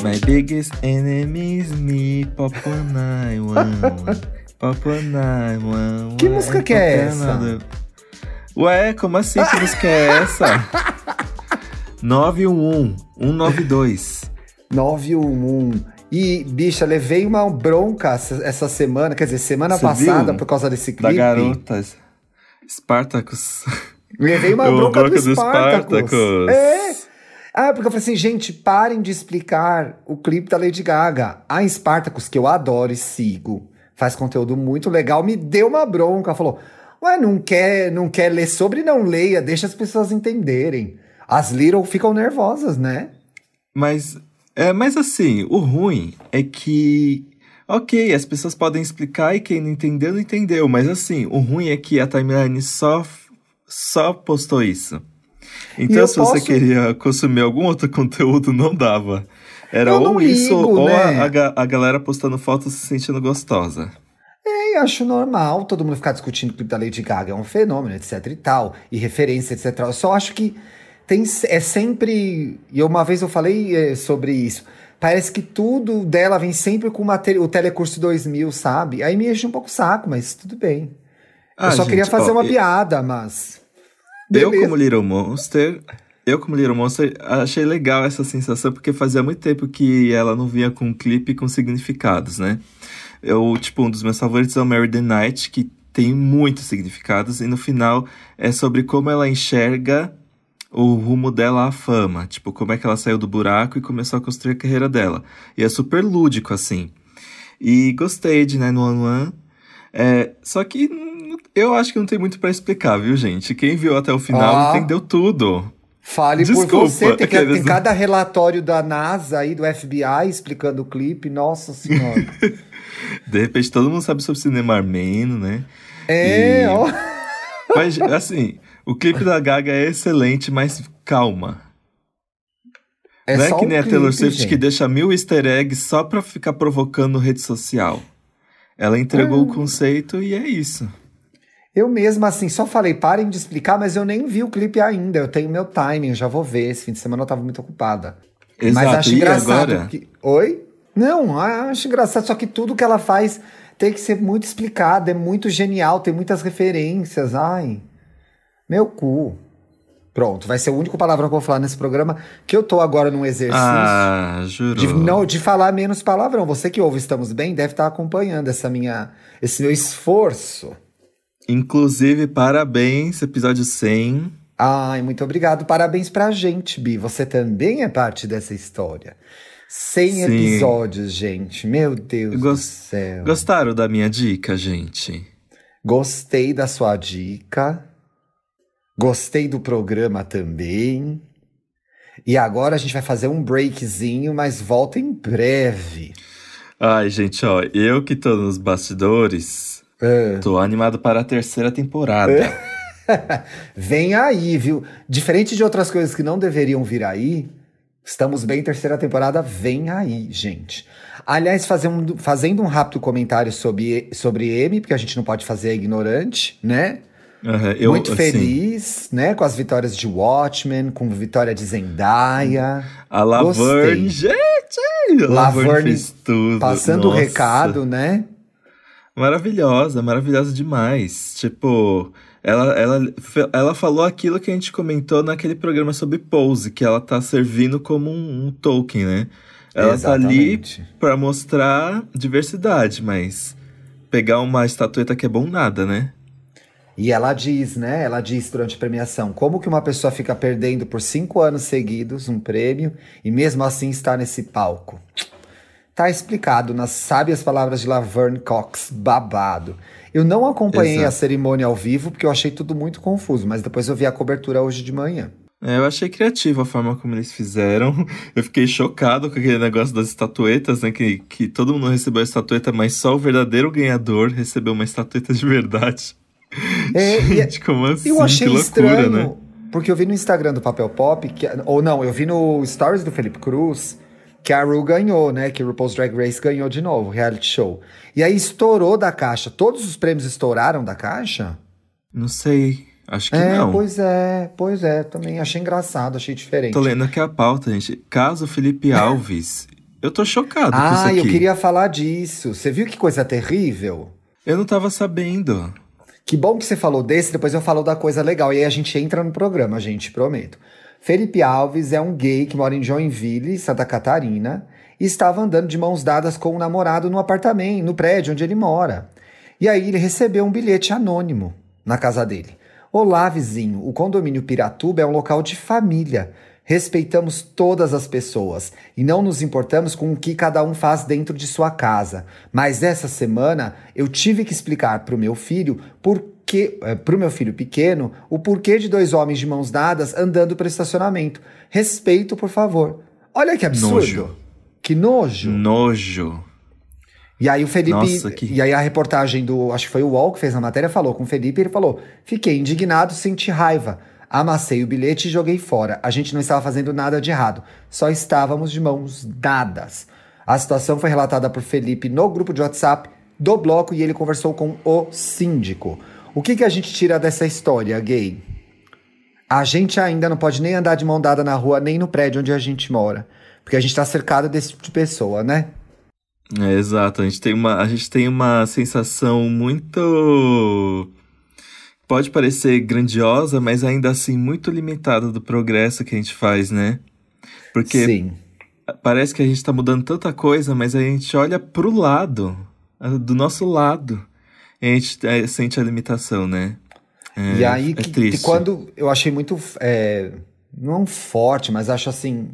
My biggest enemy is me, Papa 911. Papa 911. Que música que é essa? Ué, como assim? Que música é essa? 911 192. 911. E, bicha, levei uma bronca essa semana, quer dizer, semana Você passada, viu? por causa desse clipe. Da garota Spartacus. Levei uma bronca do Spartacus. Spartacus. É. Porque eu falei assim, gente, parem de explicar o clipe da Lady Gaga. A Spartacus, que eu adoro e sigo, faz conteúdo muito legal, me deu uma bronca. Falou, ué, não quer ler sobre, não leia, deixa as pessoas entenderem. As Little ficam nervosas, né? Mas assim, o ruim é que... Ok, as pessoas podem explicar e quem não entendeu, não entendeu. Mas assim, o ruim é que a timeline só postou isso. Então, se você queria consumir algum outro conteúdo, não dava. Era ou isso, ou né? a galera postando fotos se sentindo gostosa. Eu acho normal todo mundo ficar discutindo o clipe da Lady Gaga. É um fenômeno, etc e tal. E referência, etc. Eu só acho que é sempre... E uma vez eu falei sobre isso. Parece que tudo dela vem sempre com o Telecurso 2000, sabe? Aí me enche um pouco o saco, mas tudo bem. Eu só queria fazer uma piada, mas... Beleza. Eu como Little Monster, achei legal essa sensação, porque fazia muito tempo que ela não vinha com um clipe com significados, né? Um dos meus favoritos é o Mary the Night, que tem muitos significados, e no final é sobre como ela enxerga o rumo dela à fama. Tipo, como é que ela saiu do buraco e começou a construir a carreira dela. E é super lúdico, assim. E gostei de 911. Só que eu acho que não tem muito pra explicar, viu, gente? Quem viu até o final entendeu tudo. Fale Desculpa, por você. Tem cada relatório da NASA aí, do FBI, explicando o clipe. Nossa Senhora. De repente, todo mundo sabe sobre cinema armênio, né? Mas, assim... O clipe da Gaga é excelente, mas calma. Não é que nem a Taylor Swift, que deixa 1000 easter eggs só pra ficar provocando rede social. Ela entregou o conceito e é isso. Eu mesma, assim, só falei, parem de explicar, mas eu nem vi o clipe ainda. Eu tenho meu timing, já vou ver. Esse fim de semana eu tava muito ocupada. Exato. Mas acho engraçado. Agora? Oi? Não, acho engraçado. Só que tudo que ela faz tem que ser muito explicado. É muito genial, tem muitas referências. Ai... Meu cu. Pronto, vai ser o único palavrão que eu vou falar nesse programa, que eu tô agora num exercício jurou. de falar menos palavrão. Você que ouve Estamos Bem deve estar acompanhando esse meu esforço. Inclusive, parabéns, episódio 100. Ai, muito obrigado. Parabéns pra gente, Bi. Você também é parte dessa história. 100 episódios, gente. Meu Deus do céu. Gostaram da minha dica, gente? Gostei da sua dica. Gostei do programa também. E agora a gente vai fazer um breakzinho, mas volta em breve. Ai, gente, eu que tô nos bastidores, tô animado para a 3ª temporada. Vem aí, viu? Diferente de outras coisas que não deveriam vir aí, Estamos Bem, 3ª temporada, vem aí, gente. Aliás, fazendo um rápido comentário sobre M, porque a gente não pode fazer ignorante, né? Muito feliz, né? Com as vitórias de Watchmen, com vitória de Zendaya. A Laverne, gente! Laverne fez tudo. Passando o recado, né? Maravilhosa demais. Tipo, ela falou aquilo que a gente comentou naquele programa sobre Pose, que ela tá servindo como um Tolkien, né? Ela Exatamente. Tá ali pra mostrar diversidade, mas pegar uma estatueta que é bom nada, né? E ela diz, né? Ela diz durante a premiação, como que uma pessoa fica perdendo por 5 anos seguidos um prêmio e mesmo assim está nesse palco? Tá explicado nas sábias palavras de Laverne Cox, babado. Eu não acompanhei a cerimônia ao vivo porque eu achei tudo muito confuso, mas depois eu vi a cobertura hoje de manhã. Eu achei criativa a forma como eles fizeram. Eu fiquei chocado com aquele negócio das estatuetas, né? Que todo mundo recebeu a estatueta, mas só o verdadeiro ganhador recebeu uma estatueta de verdade. Gente, como assim? Eu achei que loucura, estranho, né? porque eu vi no Instagram do Papel Pop, eu vi no Stories do Felipe Cruz, que a Ru ganhou, né? Que o RuPaul's Drag Race ganhou de novo, reality show. E aí estourou da caixa. Todos os prêmios estouraram da caixa? Não sei, acho que não. Pois é. Também achei engraçado, achei diferente. Tô lendo aqui a pauta, gente. Caso Felipe Alves Eu tô chocado com isso Ah, aqui. eu queria falar disso. Você viu que coisa terrível? Eu não tava sabendo. Que bom que você falou desse, depois eu falo da coisa legal. E aí a gente entra no programa, gente, prometo. Felipe Alves é um gay que mora em Joinville, Santa Catarina, e estava andando de mãos dadas com um namorado no apartamento, no prédio onde ele mora. E aí ele recebeu um bilhete anônimo na casa dele. Olá, vizinho. O condomínio Piratuba é um local de família. Respeitamos todas as pessoas e não nos importamos com o que cada um faz dentro de sua casa. Mas essa semana eu tive que explicar para o meu filho pro meu filho pequeno, o porquê de dois homens de mãos dadas andando pelo estacionamento. Respeito, por favor. Olha que absurdo. Nojo. Que nojo. Nojo. E aí o Felipe, Nossa, e aí a reportagem do, acho que foi o UOL que fez a matéria, falou com o Felipe, ele falou: "Fiquei indignado, senti raiva. Amassei o bilhete e joguei fora. A gente não estava fazendo nada de errado. Só estávamos de mãos dadas." A situação foi relatada por Felipe no grupo de WhatsApp do bloco e ele conversou com o síndico. O que a gente tira dessa história, gay? A gente ainda não pode nem andar de mão dada na rua, nem no prédio onde a gente mora. Porque a gente tá cercado desse tipo de pessoa, né? É, exato, a gente tem uma sensação muito... Pode parecer grandiosa, mas ainda assim muito limitada do progresso que a gente faz, né? Porque Sim. parece que a gente tá mudando tanta coisa, mas a gente olha pro lado, do nosso lado, e a gente sente a limitação, né? E aí, é triste. quando eu achei muito, não forte, mas acho assim,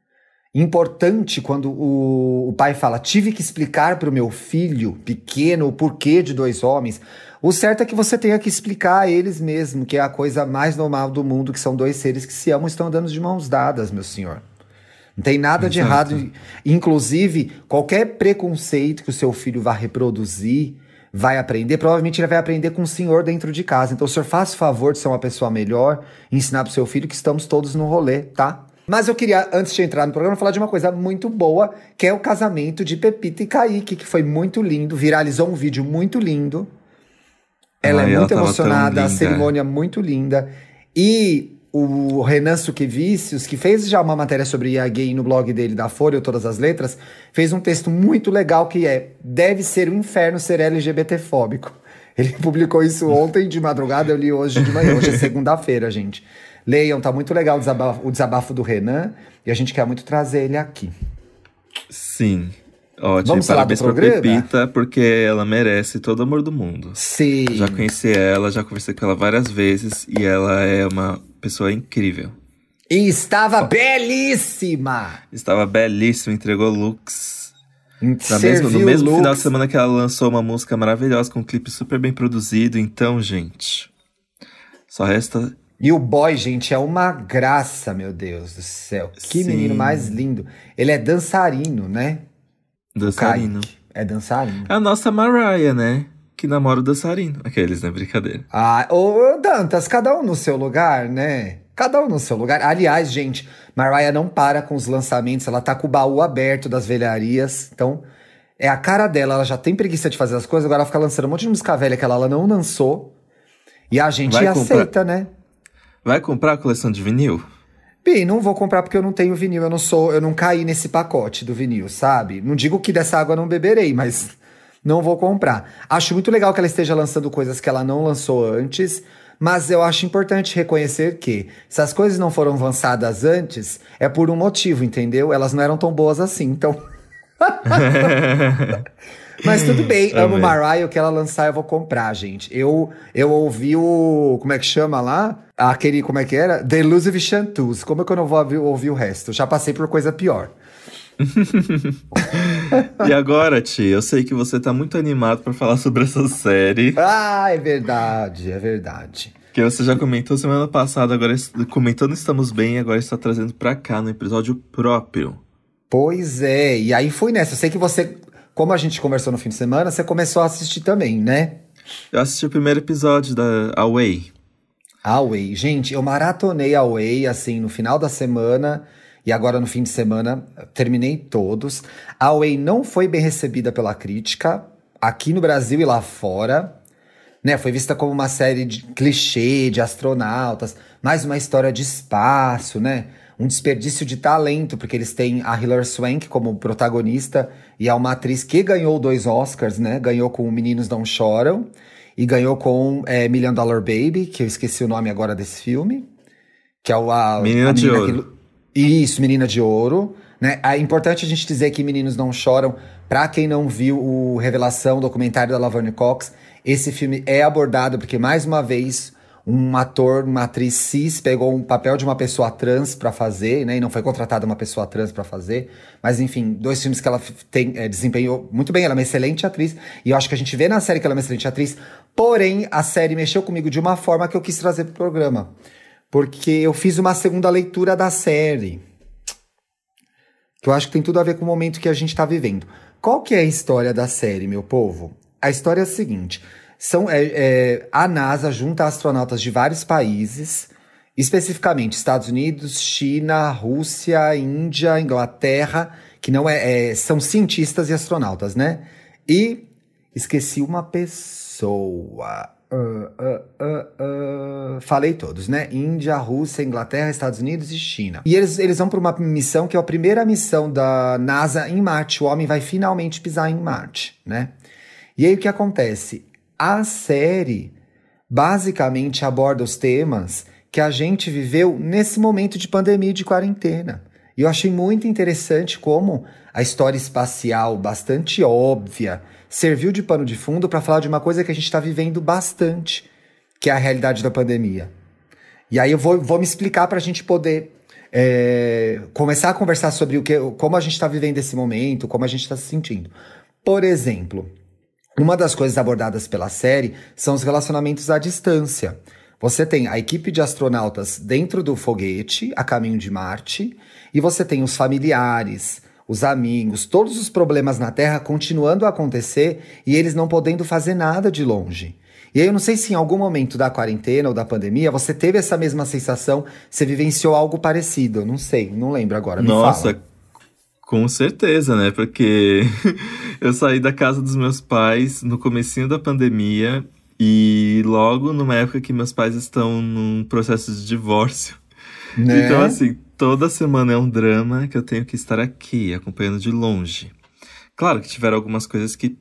importante quando o pai fala: tive que explicar para o meu filho pequeno o porquê de dois homens. O certo é que você tenha que explicar a eles mesmo, que é a coisa mais normal do mundo, que são dois seres que se amam e estão andando de mãos dadas, meu senhor. Não tem nada de errado. Inclusive, qualquer preconceito que o seu filho vá reproduzir, vai aprender, provavelmente ele vai aprender com o senhor dentro de casa. Então o senhor faça o favor de ser uma pessoa melhor e ensinar pro seu filho que estamos todos no rolê, tá? Mas eu queria, antes de entrar no programa, falar de uma coisa muito boa, que é o casamento de Pepita e Kaique, que foi muito lindo, viralizou um vídeo muito lindo. Ela é muito emocionada, a cerimônia muito linda. E o Renan Suquevicius, que fez já uma matéria sobre a gay no blog dele, da Folha, Todas as Letras, fez um texto muito legal que é: deve ser um inferno ser LGBTfóbico. Ele publicou isso ontem de madrugada, eu li hoje de manhã. Hoje é segunda-feira, gente. Leiam, tá muito legal o desabafo do Renan, e a gente quer muito trazer ele aqui. Sim. Ótimo, vamos falar parabéns pra Pepita, porque ela merece todo o amor do mundo. Sim. Já conheci ela, já conversei com ela várias vezes, e ela é uma pessoa incrível. E estava belíssima! Estava belíssima, entregou looks. No Serviu mesmo looks. final de semana que ela lançou uma música maravilhosa, com um clipe super bem produzido. Então, gente, só resta... E o boy, gente, é uma graça, meu Deus do céu. Que Sim. menino mais lindo. Ele é dançarino, né? Dançarino. É dançarino. A nossa Mariah, né? Que namora o dançarino. Aqueles, né? Brincadeira. Ah, ô Dantas, cada um no seu lugar, né? Cada um no seu lugar. Aliás, gente, Mariah não para com os lançamentos. Ela tá com o baú aberto das velharias. Então, é a cara dela. Ela já tem preguiça de fazer as coisas. Agora ela fica lançando um monte de música velha que ela não lançou. E a gente aceita, né? Vai comprar a coleção de vinil? Bem, não vou comprar porque eu não tenho vinil. Eu não caí nesse pacote do vinil, sabe? Não digo que dessa água eu não beberei, mas não vou comprar. Acho muito legal que ela esteja lançando coisas que ela não lançou antes, mas eu acho importante reconhecer que se as coisas não foram lançadas antes, é por um motivo, entendeu? Elas não eram tão boas assim, então... Mas tudo bem, amo Mariah, o que ela lançar eu vou comprar, gente. Eu ouvi o... Como é que chama lá? Aquele, como é que era? The Elusive Chanteuse. Como é que eu não vou ouvir o resto? Eu já passei por coisa pior. E agora, Ti, eu sei que você tá muito animado pra falar sobre essa série. Ah, é verdade, é verdade. Que você já comentou semana passada, agora comentando Estamos Bem, agora está trazendo pra cá, no episódio próprio. Pois é, e aí fui nessa. Eu sei que você... Como a gente conversou no fim de semana, você começou a assistir também, né? Eu assisti o primeiro episódio da Away. Away. Gente, eu maratonei Away, assim, no final da semana. E agora no fim de semana, terminei todos. Away não foi bem recebida pela crítica, aqui no Brasil e lá fora. Né? Foi vista como uma série de clichê, de astronautas. Mais uma história de espaço, né? um desperdício de talento, porque eles têm a Hilary Swank como protagonista e é uma atriz que ganhou 2 Oscars, né? Ganhou com Meninos Não Choram e ganhou com Million Dollar Baby, que eu esqueci o nome agora desse filme, que é Menina de Ouro. Isso, Menina de Ouro. Né? É importante a gente dizer que Meninos Não Choram, pra quem não viu o Revelação, documentário da Laverne Cox, esse filme é abordado porque, mais uma vez, um ator, uma atriz cis pegou um papel de uma pessoa trans pra fazer, né? E não foi contratada uma pessoa trans pra fazer. Mas, enfim, 2 filmes que ela desempenhou muito bem. Ela é uma excelente atriz. E eu acho que a gente vê na série que ela é uma excelente atriz. Porém, a série mexeu comigo de uma forma que eu quis trazer pro programa. Porque eu fiz uma segunda leitura da série, que eu acho que tem tudo a ver com o momento que a gente tá vivendo. Qual que é a história da série, meu povo? A história é a seguinte. A NASA junta astronautas de vários países, especificamente Estados Unidos, China, Rússia, Índia, Inglaterra, que não são cientistas e astronautas, né? E esqueci uma pessoa. Falei todos, né? Índia, Rússia, Inglaterra, Estados Unidos e China. E eles vão para uma missão que é a primeira missão da NASA em Marte. O homem vai finalmente pisar em Marte, né? E aí o que acontece? A série basicamente aborda os temas que a gente viveu nesse momento de pandemia e de quarentena. E eu achei muito interessante como a história espacial, bastante óbvia, serviu de pano de fundo para falar de uma coisa que a gente está vivendo bastante, que é a realidade da pandemia. E aí eu vou me explicar para a gente poder começar a conversar sobre como a gente está vivendo esse momento, como a gente está se sentindo. Por exemplo, uma das coisas abordadas pela série são os relacionamentos à distância. Você tem a equipe de astronautas dentro do foguete, a caminho de Marte, e você tem os familiares, os amigos, todos os problemas na Terra continuando a acontecer e eles não podendo fazer nada de longe. E aí eu não sei se em algum momento da quarentena ou da pandemia você teve essa mesma sensação, você vivenciou algo parecido. Eu não sei, não lembro agora, me Nossa, fala. com certeza, né? Porque eu saí da casa dos meus pais no comecinho da pandemia e logo numa época que meus pais estão num processo de divórcio. Então, Né? assim, toda semana é um drama que eu tenho que estar aqui, acompanhando de longe. Claro que tiveram algumas coisas que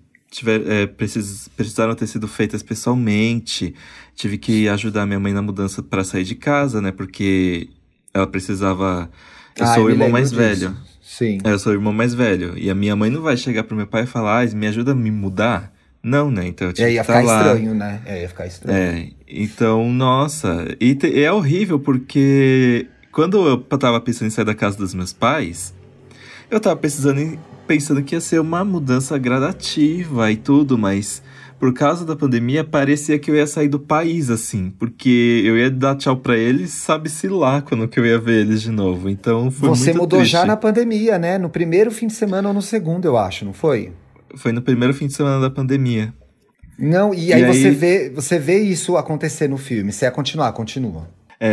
precisaram ter sido feitas pessoalmente. Tive que ajudar minha mãe na mudança para sair de casa, né? Porque ela precisava... Eu Ah, sou eu o me irmão lembro mais disso. velho. Sim. Eu sou o irmão mais velho. E a minha mãe não vai chegar pro meu pai e falar, me ajuda a me mudar? Não, né? Então eu E aí tive que ia estar ficar lá. estranho, né? Ia ficar estranho. Então, nossa. É horrível porque quando eu tava pensando em sair da casa dos meus pais, eu tava pensando que ia ser uma mudança gradativa e tudo, mas por causa da pandemia parecia que eu ia sair do país, assim, porque eu ia dar tchau pra eles, sabe-se lá quando que eu ia ver eles de novo. Então foi Você muito mudou já triste. na pandemia, né? No primeiro fim de semana ou no segundo, eu acho, não foi? Foi no primeiro fim de semana da pandemia. Não, e E aí você aí, vê isso acontecer no filme. Se é continuar, continua.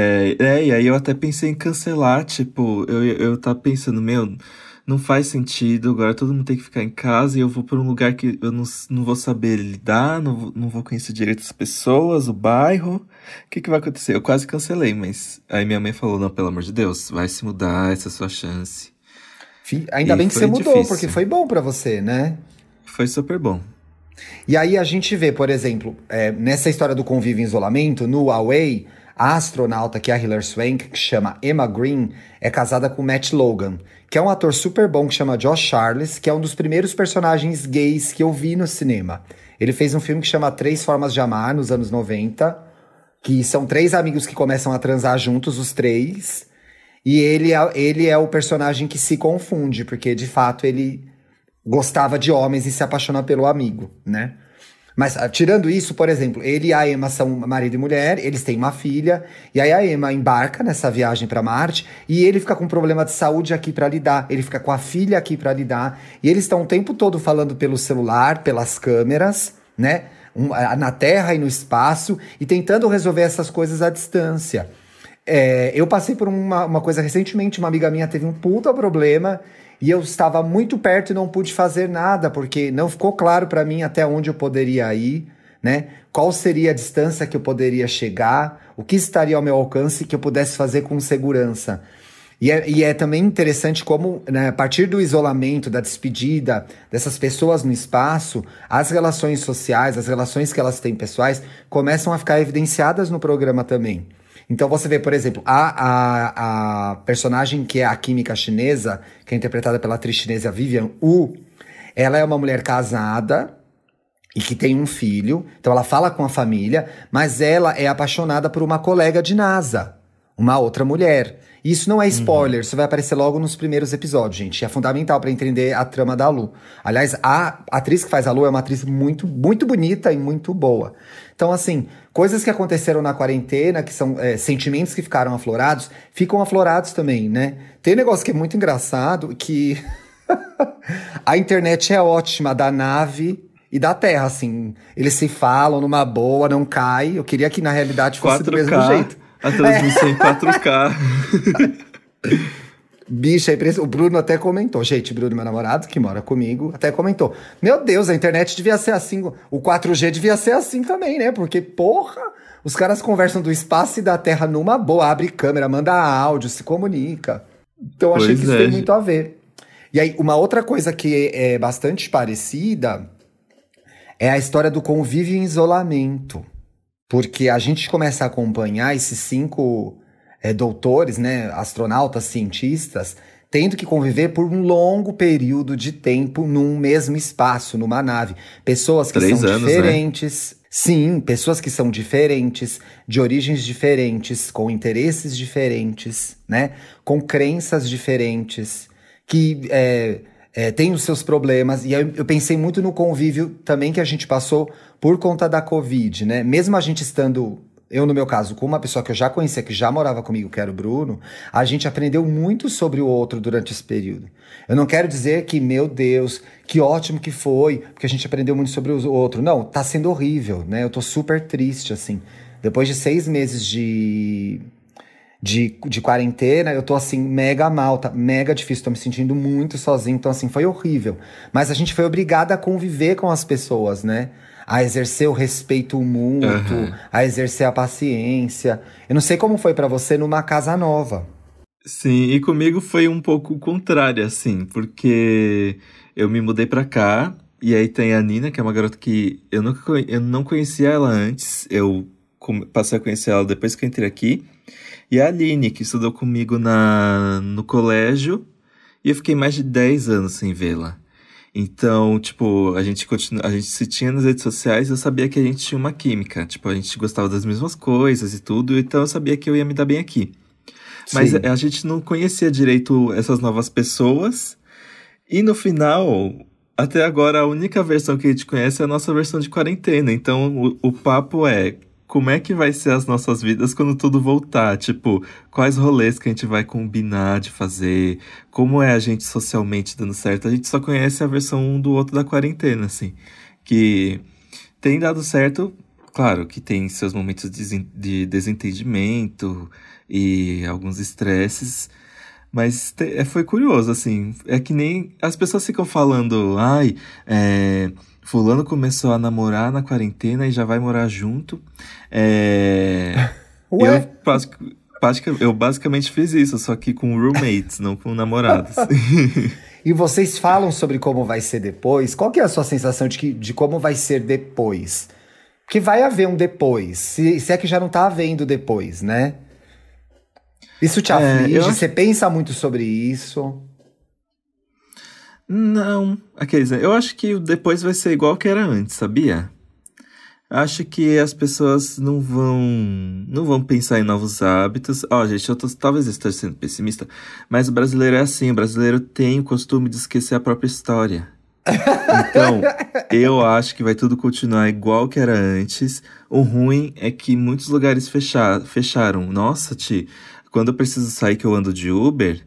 e aí eu até pensei em cancelar, tipo, eu tava pensando, meu, não faz sentido, agora todo mundo tem que ficar em casa e eu vou pra um lugar que eu não vou saber lidar, não vou conhecer direito as pessoas, o bairro, o que vai acontecer? Eu quase cancelei, mas aí minha mãe falou, não, pelo amor de Deus, vai se mudar, essa é a sua chance. Ainda E bem que você foi mudou, porque difícil, foi bom pra você, né? foi super bom. E aí a gente vê, por exemplo, nessa história do convívio em isolamento, no Away, a astronauta, que é a Hilary Swank, que chama Emma Green, é casada com Matt Logan, que é um ator super bom que chama Josh Charles, que é um dos primeiros personagens gays que eu vi no cinema. Ele fez um filme que chama Três Formas de Amar, nos anos 90, que são 3 amigos que começam a transar juntos, os 3, e ele é o personagem que se confunde, porque de fato ele gostava de homens e se apaixona pelo amigo, né? Mas tirando isso, por exemplo, ele e a Emma são marido e mulher, eles têm uma filha, e aí a Emma embarca nessa viagem pra Marte e ele fica com um problema de saúde aqui pra lidar, ele fica com a filha aqui pra lidar, e eles estão o tempo todo falando pelo celular, pelas câmeras, né? Na Terra e no espaço, e tentando resolver essas coisas à distância. Eu passei por uma coisa recentemente, uma amiga minha teve um puta problema e eu estava muito perto e não pude fazer nada, porque não ficou claro para mim até onde eu poderia ir, né? Qual seria a distância que eu poderia chegar, o que estaria ao meu alcance que eu pudesse fazer com segurança. E é também interessante como, né, a partir do isolamento, da despedida dessas pessoas no espaço, as relações sociais, as relações que elas têm pessoais, começam a ficar evidenciadas no programa também. Então você vê, por exemplo, a personagem que é a química chinesa, que é interpretada pela atriz chinesa Vivian Wu, ela é uma mulher casada e que tem um filho, então ela fala com a família, mas ela é apaixonada por uma colega de NASA, uma outra mulher. Isso não é spoiler, isso vai aparecer logo nos primeiros episódios, gente. É fundamental para entender a trama da Lu. Aliás, a atriz que faz a Lu é uma atriz muito, muito bonita e muito boa. Então, assim, coisas que aconteceram na quarentena, que são sentimentos que ficaram aflorados, ficam aflorados também, né? Tem um negócio que é muito engraçado, que a internet é ótima, da nave e da Terra, assim. Eles se falam numa boa, não cai. Eu queria que na realidade fosse 4K, do mesmo jeito. a transmissão em 4K. Bicha, o Bruno até comentou. Gente, Bruno, meu namorado, que mora comigo, até comentou. Meu Deus, a internet devia ser assim. O 4G devia ser assim também, né? Porque, porra, os caras conversam do espaço e da Terra numa boa. Abre câmera, manda áudio, se comunica. Então, achei que isso tem muito a ver. E aí, uma outra coisa que é bastante parecida é a história do convívio em isolamento. Porque a gente começa a acompanhar esses 5 doutores, né, astronautas, cientistas, tendo que conviver por um longo período de tempo num mesmo espaço, numa nave. Pessoas que 3 são anos, diferentes. Né? Sim, pessoas que são diferentes, de origens diferentes, com interesses diferentes, né? Com crenças diferentes, que têm os seus problemas. E eu pensei muito no convívio também que a gente passou por conta da Covid, né? Mesmo a gente estando, eu no meu caso, com uma pessoa que eu já conhecia, que já morava comigo, que era o Bruno, a gente aprendeu muito sobre o outro durante esse período. Eu não quero dizer que, meu Deus, que ótimo que foi, porque a gente aprendeu muito sobre o outro. Não, tá sendo horrível, né? Eu tô super triste, assim. Depois de 6 meses de quarentena, eu tô assim, mega mal, tá mega difícil, tô me sentindo muito sozinho, então assim, foi horrível. Mas a gente foi obrigada a conviver com as pessoas, né? A exercer o respeito mútuo, a exercer a paciência. Eu não sei como foi pra você numa casa nova. Sim, e comigo foi um pouco o contrário, assim, porque eu me mudei pra cá, e aí tem a Nina, que é uma garota que eu não conhecia ela antes, eu passei a conhecer ela depois que eu entrei aqui. E a Aline, que estudou comigo no colégio, e eu fiquei mais de 10 anos sem vê-la. Então, tipo, a gente se tinha nas redes sociais, eu sabia que a gente tinha uma química. Tipo, a gente gostava das mesmas coisas e tudo, então eu sabia que eu ia me dar bem aqui. Mas a gente não conhecia direito essas novas pessoas, e no final, até agora, a única versão que a gente conhece é a nossa versão de quarentena. Então, o papo é: como é que vai ser as nossas vidas quando tudo voltar? Tipo, quais rolês que a gente vai combinar de fazer? Como é a gente socialmente dando certo? A gente só conhece a versão um do outro da quarentena, assim. Que tem dado certo, claro, que tem seus momentos de desentendimento e alguns estresses. Mas foi curioso, assim. É que nem as pessoas ficam falando, fulano começou a namorar na quarentena e já vai morar junto. Ué? Eu basicamente fiz isso, só que com roommates, não com namorados. E vocês falam sobre como vai ser depois? Qual que é a sua sensação de como vai ser depois? Porque vai haver um depois, se é que já não tá havendo depois, né? Isso te aflige? Você pensa muito sobre isso? Não, eu acho que depois vai ser igual que era antes, sabia? Acho que as pessoas não vão pensar em novos hábitos. Gente, talvez eu esteja sendo pessimista, mas o brasileiro é assim, o brasileiro tem o costume de esquecer a própria história. Então, eu acho que vai tudo continuar igual que era antes. O ruim é que muitos lugares fecharam. Nossa, quando eu preciso sair que eu ando de Uber,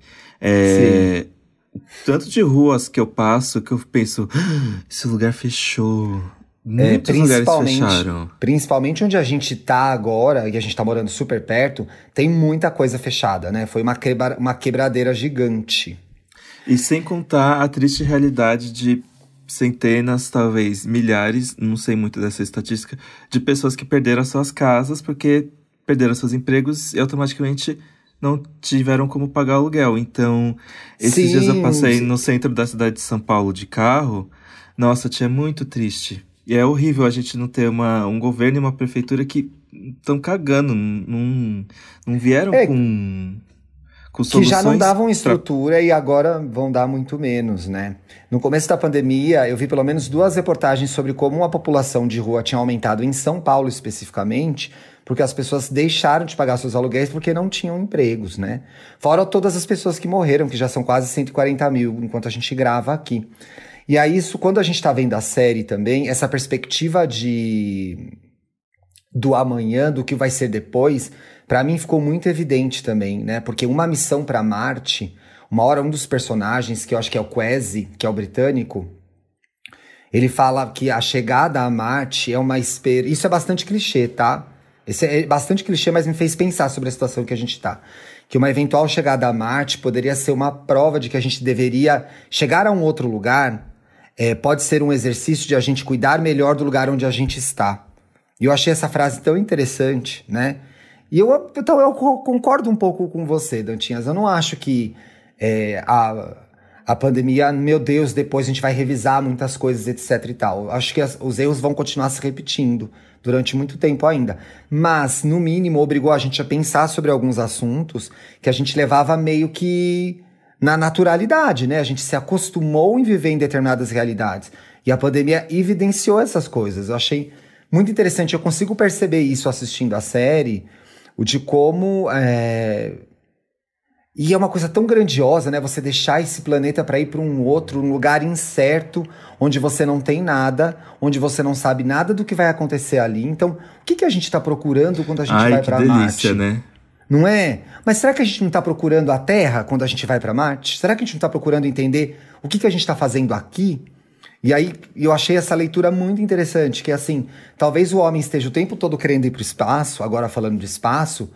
tanto de ruas que eu passo que eu penso, esse lugar fechou. Muitos lugares fecharam. Principalmente onde a gente tá agora, e a gente tá morando super perto, tem muita coisa fechada, né? Foi uma quebradeira gigante. E sem contar a triste realidade de centenas, talvez milhares, não sei muito dessa estatística, de pessoas que perderam as suas casas porque perderam seus empregos e automaticamente não tiveram como pagar aluguel. Então, esses dias eu passei no centro da cidade de São Paulo de carro. Nossa, tia, é muito triste. E é horrível a gente não ter um governo e uma prefeitura que estão cagando, não vieram com que já não soluções davam estrutura e agora vão dar muito menos, né? No começo da pandemia, eu vi pelo menos 2 reportagens sobre como a população de rua tinha aumentado em São Paulo especificamente, porque as pessoas deixaram de pagar seus aluguéis porque não tinham empregos, né? Fora todas as pessoas que morreram, que já são quase 140 mil, enquanto a gente grava aqui. E aí, isso, quando a gente tá vendo a série também, essa perspectiva do amanhã, do que vai ser depois, pra mim ficou muito evidente também, né? Porque uma missão pra Marte, uma hora um dos personagens, que eu acho que é o Quasi, que é o britânico, ele fala que a chegada a Marte é uma Isso é bastante clichê, tá? Esse é bastante clichê, mas me fez pensar sobre a situação que a gente tá. Que uma eventual chegada a Marte poderia ser uma prova de que a gente deveria chegar a um outro lugar. Pode ser um exercício de a gente cuidar melhor do lugar onde a gente está. E eu achei essa frase tão interessante, né? Então eu concordo um pouco com você, Dantinhas. Eu não acho que a pandemia, meu Deus, depois a gente vai revisar muitas coisas, etc e tal. Eu acho que os erros vão continuar se repetindo durante muito tempo ainda. Mas, no mínimo, obrigou a gente a pensar sobre alguns assuntos que a gente levava meio que na naturalidade, né? A gente se acostumou em viver em determinadas realidades. E a pandemia evidenciou essas coisas. Eu achei muito interessante. Eu consigo perceber isso assistindo a série, o de como... E é uma coisa tão grandiosa, né? Você deixar esse planeta para ir para um lugar incerto, onde você não tem nada, onde você não sabe nada do que vai acontecer ali. Então, o que a gente está procurando quando a gente vai para Marte? Ai, que delícia, né? Não é? Mas será que a gente não está procurando a Terra quando a gente vai para Marte? Será que a gente não está procurando entender o que a gente está fazendo aqui? E aí, eu achei essa leitura muito interessante, que é assim, talvez o homem esteja o tempo todo querendo ir para o espaço, agora falando de espaço,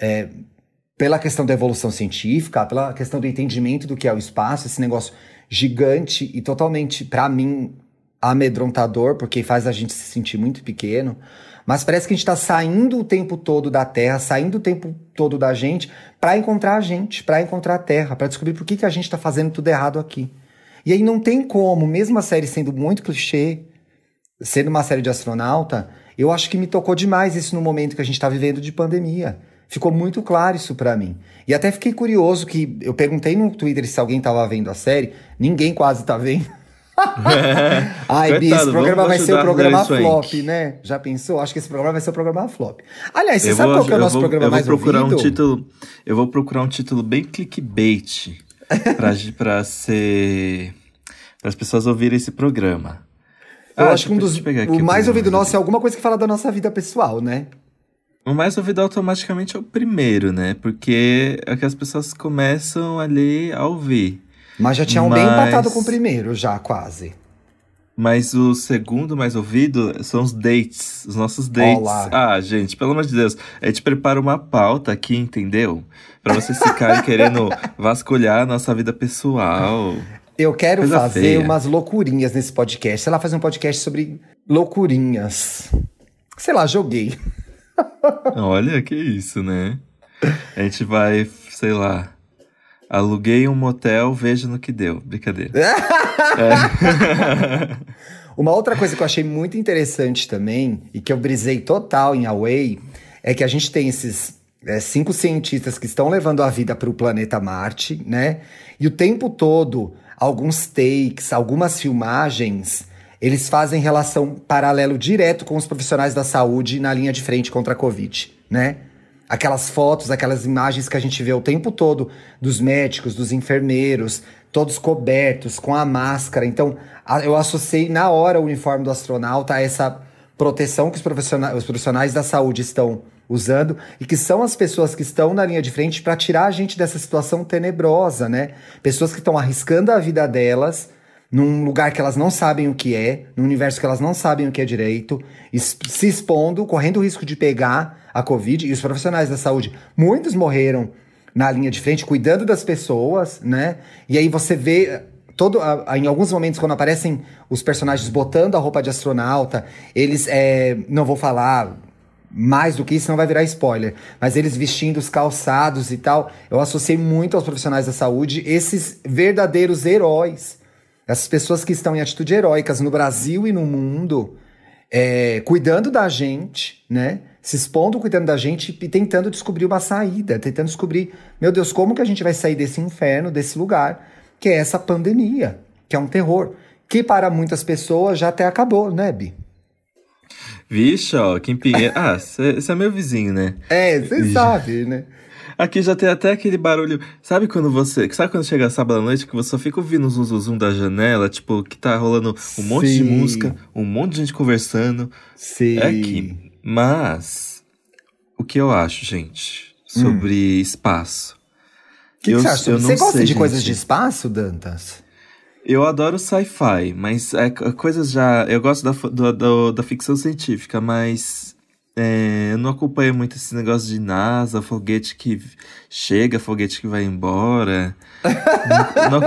pela questão da evolução científica, pela questão do entendimento do que é o espaço, esse negócio gigante e totalmente, para mim, amedrontador, porque faz a gente se sentir muito pequeno. Mas parece que a gente está saindo o tempo todo da Terra, saindo o tempo todo da gente, para encontrar a gente, para encontrar a Terra, para descobrir por que a gente está fazendo tudo errado aqui. E aí não tem como, mesmo a série sendo muito clichê, sendo uma série de astronauta, eu acho que me tocou demais isso no momento que a gente está vivendo de pandemia. Ficou muito claro isso pra mim. E até fiquei curioso que eu perguntei no Twitter se alguém tava vendo a série. Ninguém quase tá vendo. Ai, Bi, esse programa vai ser o programa flop, né? Já pensou? Ser esse programa vai ser o programa flop. Aliás, você sabe qual que é o nosso programa mais ouvido? Eu vou procurar um título bem clickbait para as pessoas ouvirem esse programa. Eu acho que o mais ouvido nosso é alguma coisa que fala da nossa vida pessoal, né? O mais ouvido automaticamente é o primeiro, né? Porque é que as pessoas começam ali a ouvir. Mas já tinham bem empatado com o primeiro, já, quase. Mas o segundo mais ouvido são os dates, os nossos dates. Olá. Ah, gente, pelo amor de Deus, a gente prepara uma pauta aqui, entendeu? Pra vocês ficarem querendo vasculhar a nossa vida pessoal. Eu quero fazer umas loucurinhas nesse podcast. Sei lá, fazer um podcast sobre loucurinhas. Sei lá, joguei. Olha, que isso, né? A gente vai, sei lá, aluguei um motel, veja no que deu. Brincadeira. Uma outra coisa que eu achei muito interessante também, e que eu brisei total em Away, é que a gente tem esses 5 cientistas que estão levando a vida para o planeta Marte, né? E o tempo todo, alguns takes, algumas filmagens... Eles fazem relação paralelo direto com os profissionais da saúde na linha de frente contra a Covid, né? Aquelas fotos, aquelas imagens que a gente vê o tempo todo dos médicos, dos enfermeiros, todos cobertos, com a máscara. Então, eu associei na hora o uniforme do astronauta a essa proteção que os profissionais da saúde estão usando e que são as pessoas que estão na linha de frente para tirar a gente dessa situação tenebrosa, né? Pessoas que estão arriscando a vida delas num lugar que elas não sabem o que é, num universo que elas não sabem o que é direito, se expondo, correndo o risco de pegar a Covid, e os profissionais da saúde, muitos morreram na linha de frente, cuidando das pessoas, né? E aí você vê, em alguns momentos, quando aparecem os personagens botando a roupa de astronauta, eles, não vou falar mais do que isso, não vai virar spoiler. Mas eles vestindo os calçados e tal, eu associei muito aos profissionais da saúde, esses verdadeiros heróis. Essas pessoas que estão em atitude heróicas no Brasil e no mundo, cuidando da gente, né? Se expondo, cuidando da gente e tentando descobrir uma saída, tentando descobrir, meu Deus, como que a gente vai sair desse inferno, desse lugar, que é essa pandemia, que é um terror, que para muitas pessoas já até acabou, né, Bi? Vixe, ó, Kim Pinheiro. Ah, você é meu vizinho, né? Você sabe, né? Aqui já tem até aquele barulho. Sabe quando chega sábado à noite que você só fica ouvindo o zum, zum, zum da janela? Tipo, que tá rolando um monte de música, um monte de gente conversando. Sim. É aqui. Mas, o que eu acho, gente, sobre espaço? O que você acha? Você gosta de gente. coisas de espaço, Dantas? Eu adoro sci-fi, mas coisas já. Eu gosto da ficção científica, mas eu não acompanho muito esse negócio de NASA, foguete que chega, foguete que vai embora. Não-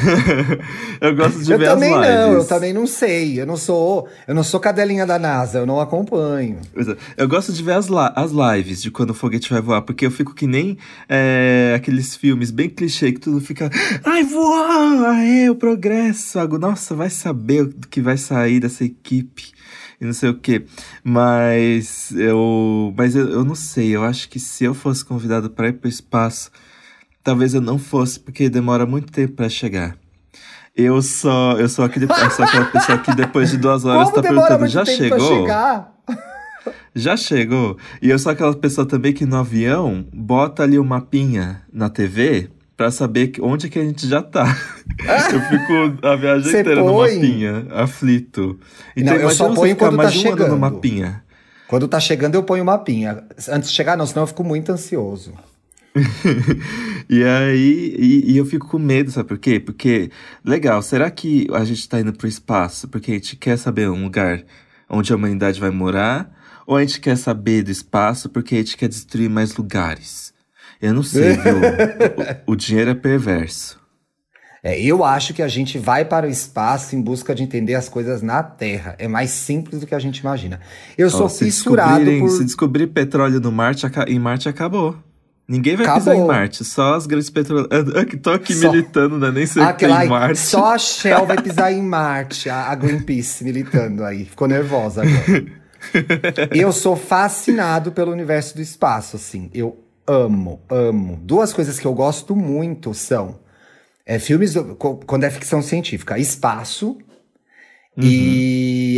eu gosto de ver as lives. Eu também não sei. Eu não sou cadelinha da NASA, eu não acompanho. Eu gosto de ver as lives de quando o foguete vai voar, porque eu fico que nem aqueles filmes bem clichê que tudo fica. Ai, voar! Aê, o progresso! Nossa, vai saber o que vai sair dessa equipe e não sei o quê. Mas eu não sei. Eu acho que se eu fosse convidado para ir para o espaço, talvez eu não fosse, porque demora muito tempo para chegar. Eu sou aquela pessoa que depois de 2 horas Como tá demora perguntando, muito já tempo chegou? pra chegar? Já chegou? E eu sou aquela pessoa também que no avião bota ali o mapinha na TV pra saber onde que a gente já tá. Eu fico a viagem Você inteira no põe? mapinha, aflito. Então Não, eu só imagina você ponho ficar quando mais tá de um ano no chegando. mapinha. Quando tá chegando, eu ponho o mapinha. Antes de chegar, não, senão eu fico muito ansioso. E aí, e eu fico com medo, sabe por quê? Porque, legal, será que a gente tá indo pro espaço porque a gente quer saber um lugar onde a humanidade vai morar? Ou a gente quer saber do espaço porque a gente quer destruir mais lugares? Eu não sei, viu? O dinheiro é perverso. Eu acho que a gente vai para o espaço em busca de entender as coisas na Terra. É mais simples do que a gente imagina. Eu sou Ó, fissurado se por... descobrir petróleo no Marte, em Marte acabou. Ninguém vai Acabou. pisar em Marte, só as grandes petroleiras. Eu tô aqui Só. militando, né? Nem sei o que tem Aquela, em Marte. só a Shell vai pisar em Marte, a Greenpeace militando aí. Ficou nervosa agora. Eu sou fascinado pelo universo do espaço, assim. Eu amo. 2 coisas que eu gosto muito são filmes, quando é ficção científica, espaço e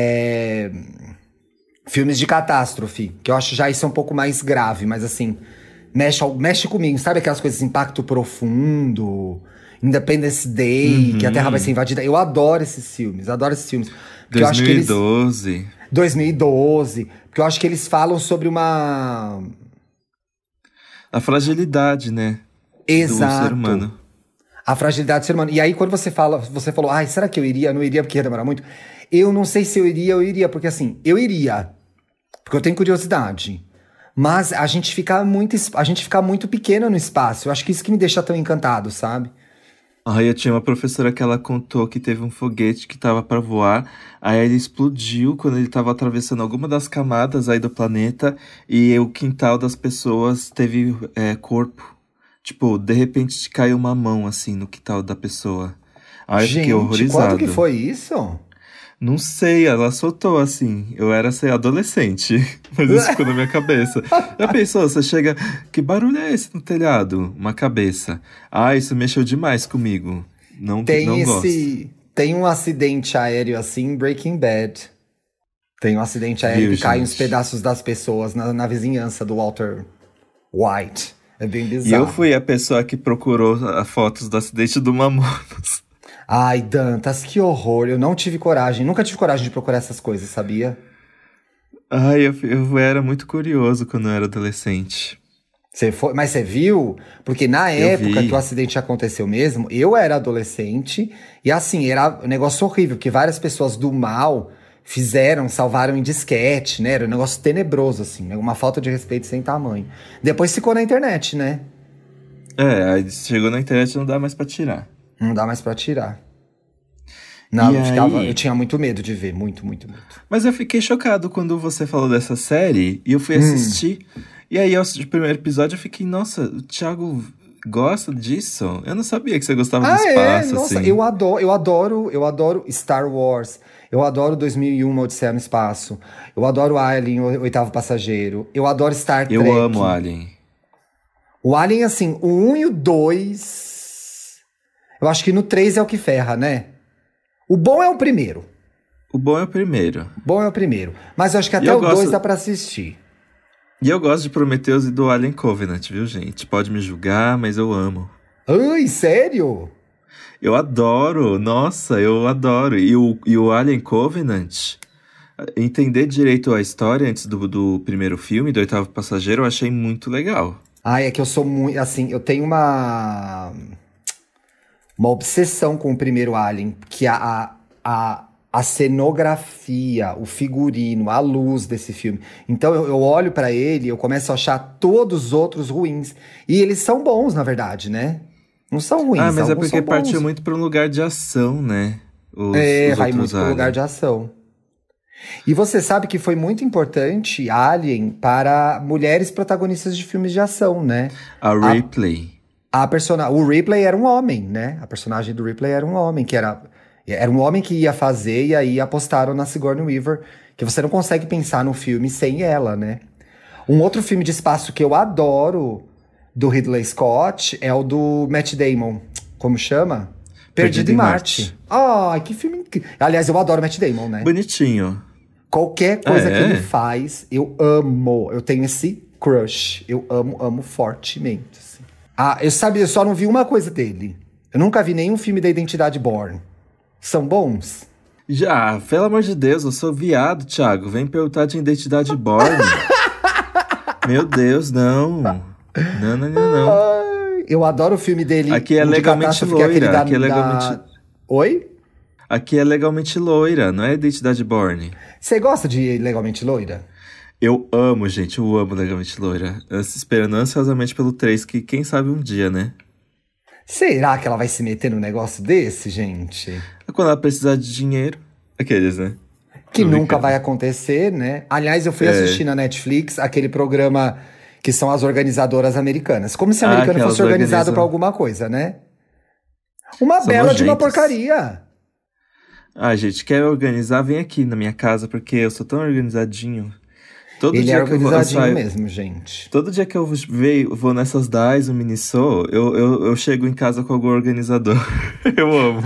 filmes de catástrofe, que eu acho já isso é um pouco mais grave, mas assim, mexe comigo. Sabe aquelas coisas, Impacto Profundo, Independence Day, que a Terra vai ser invadida? Eu adoro esses filmes. Porque eu acho que 2012. 2012, porque eu acho que eles falam sobre uma... A fragilidade, né? Exato. Do ser humano. A fragilidade do ser humano. E aí, quando você falou, ai, será que eu iria? Não iria porque ia demorar muito. Eu não sei se eu iria, porque assim, eu iria, porque eu tenho curiosidade. Mas a gente fica muito pequena no espaço. Eu acho que isso que me deixa tão encantado, sabe? Aí eu tinha uma professora que ela contou que teve um foguete que tava pra voar, aí ele explodiu quando ele tava atravessando alguma das camadas aí do planeta e o quintal das pessoas teve corpo. Tipo, de repente caiu uma mão assim no quintal da pessoa. Aí eu fiquei horrorizado. Quanto que foi isso? Não sei, ela soltou assim. Eu era, sei, adolescente, mas isso ficou na minha cabeça. Já pensou, você chega, que barulho é esse no telhado? Uma cabeça. Ah, isso mexeu demais comigo. Não gosto. Tem um acidente aéreo assim em Breaking Bad. Tem um acidente aéreo que cai uns pedaços das pessoas na vizinhança do Walter White. É bem bizarro. E eu fui a pessoa que procurou fotos do acidente do Mamonas. Ai, Dantas, que horror. Eu não tive coragem, nunca tive coragem de procurar essas coisas, sabia? Ai, eu era muito curioso quando eu era adolescente. Mas você viu? Porque na época que o acidente aconteceu mesmo, eu era adolescente e assim, era um negócio horrível, porque várias pessoas do mal salvaram em disquete, né? Era um negócio tenebroso, assim, né? Uma falta de respeito sem tamanho. Depois ficou na internet, né? Aí chegou na internet e não dá mais pra tirar. Não dá mais pra tirar. Não, E eu aí. tinha muito medo de ver, muito, muito, muito. Mas eu fiquei chocado quando você falou dessa série e eu fui Hum. assistir. E aí, o primeiro episódio, eu fiquei, nossa, o Thiago gosta disso? Eu não sabia que você gostava do Ah, é? espaço, Nossa, assim. eu adoro Star Wars. Eu adoro 2001, Uma Odisseia no Espaço. Eu adoro Alien, o Oitavo Passageiro. Eu adoro Star Eu amo Trek. Alien. O Alien, assim, o um e o 2. Eu acho que no 3 é o que ferra, né? O bom é o primeiro. O bom é o primeiro. O bom é o primeiro. Mas eu acho que E até eu o 2 gosto. dá pra assistir. E eu gosto de Prometheus e do Alien Covenant, viu, gente? Pode me julgar, mas eu amo. Ai, sério? Eu adoro, nossa, eu adoro. E o Alien Covenant, entender direito a história antes do primeiro filme, do Oitavo Passageiro, eu achei muito legal. Ai, é que eu sou muito. Assim, eu tenho uma obsessão com o primeiro Alien, que a cenografia, o figurino, a luz desse filme. Então eu olho pra ele, eu começo a achar todos os outros ruins. E eles são bons, na verdade, né? Não são Ah, ruins, mas é alguns porque são partiu bons. muito para um lugar de ação, né? Os, É, os vai outros muito pro lugar Alien. de ação. E você sabe que foi muito importante Alien para mulheres protagonistas de filmes de ação, né? A A, Ripley. o Ripley era um homem, né? A personagem do Ripley era um homem, era um homem que ia fazer, e aí apostaram na Sigourney Weaver, que você não consegue pensar no filme sem ela, né? Um outro filme de espaço que eu adoro, do Ridley Scott, é o do Matt Damon. Como chama? Perdido Perdido em em Marte. Marte. Ai, que filme incrível. Aliás, eu adoro Matt Damon, né? Bonitinho. Qualquer Ah, coisa que ele é? faz, eu amo. Eu tenho esse crush. Eu amo, amo fortemente, assim. Ah, eu só não vi uma coisa dele. Eu nunca vi nenhum filme da Identidade Born. São bons? Já, pelo amor de Deus, eu sou viado, Thiago. Vem perguntar de identidade Borne. Meu Deus, não. Não, não, não, não. Ai, eu adoro o filme dele, Aqui é um de legalmente catástrofe, que é aquele loira. Aqui é legalmente. Oi? Aqui é legalmente loira, não é identidade Borne. Você gosta de Legalmente Loira? Eu amo, gente, eu amo legalmente loira. Eu estou esperando ansiosamente pelo 3, que quem sabe um dia, né? Será que ela vai se meter num negócio desse, gente? Quando ela precisar de dinheiro. Aqueles, né? Que Tô nunca brincando. vai acontecer, né? Aliás, eu fui É. assistir na Netflix aquele programa que são as organizadoras americanas. Como se a Ah, americana que elas fosse organizado pra organizam. alguma coisa, né? Uma São bela de uma nojentas. porcaria. Ah, gente, quer organizar? Vem aqui na minha casa, porque eu sou tão organizadinho. Todo Ele é dia que eu organizadinho saio. mesmo, gente. Todo dia que eu vou nessas DAIs, o Miniso, eu chego em casa com algum organizador. Eu amo.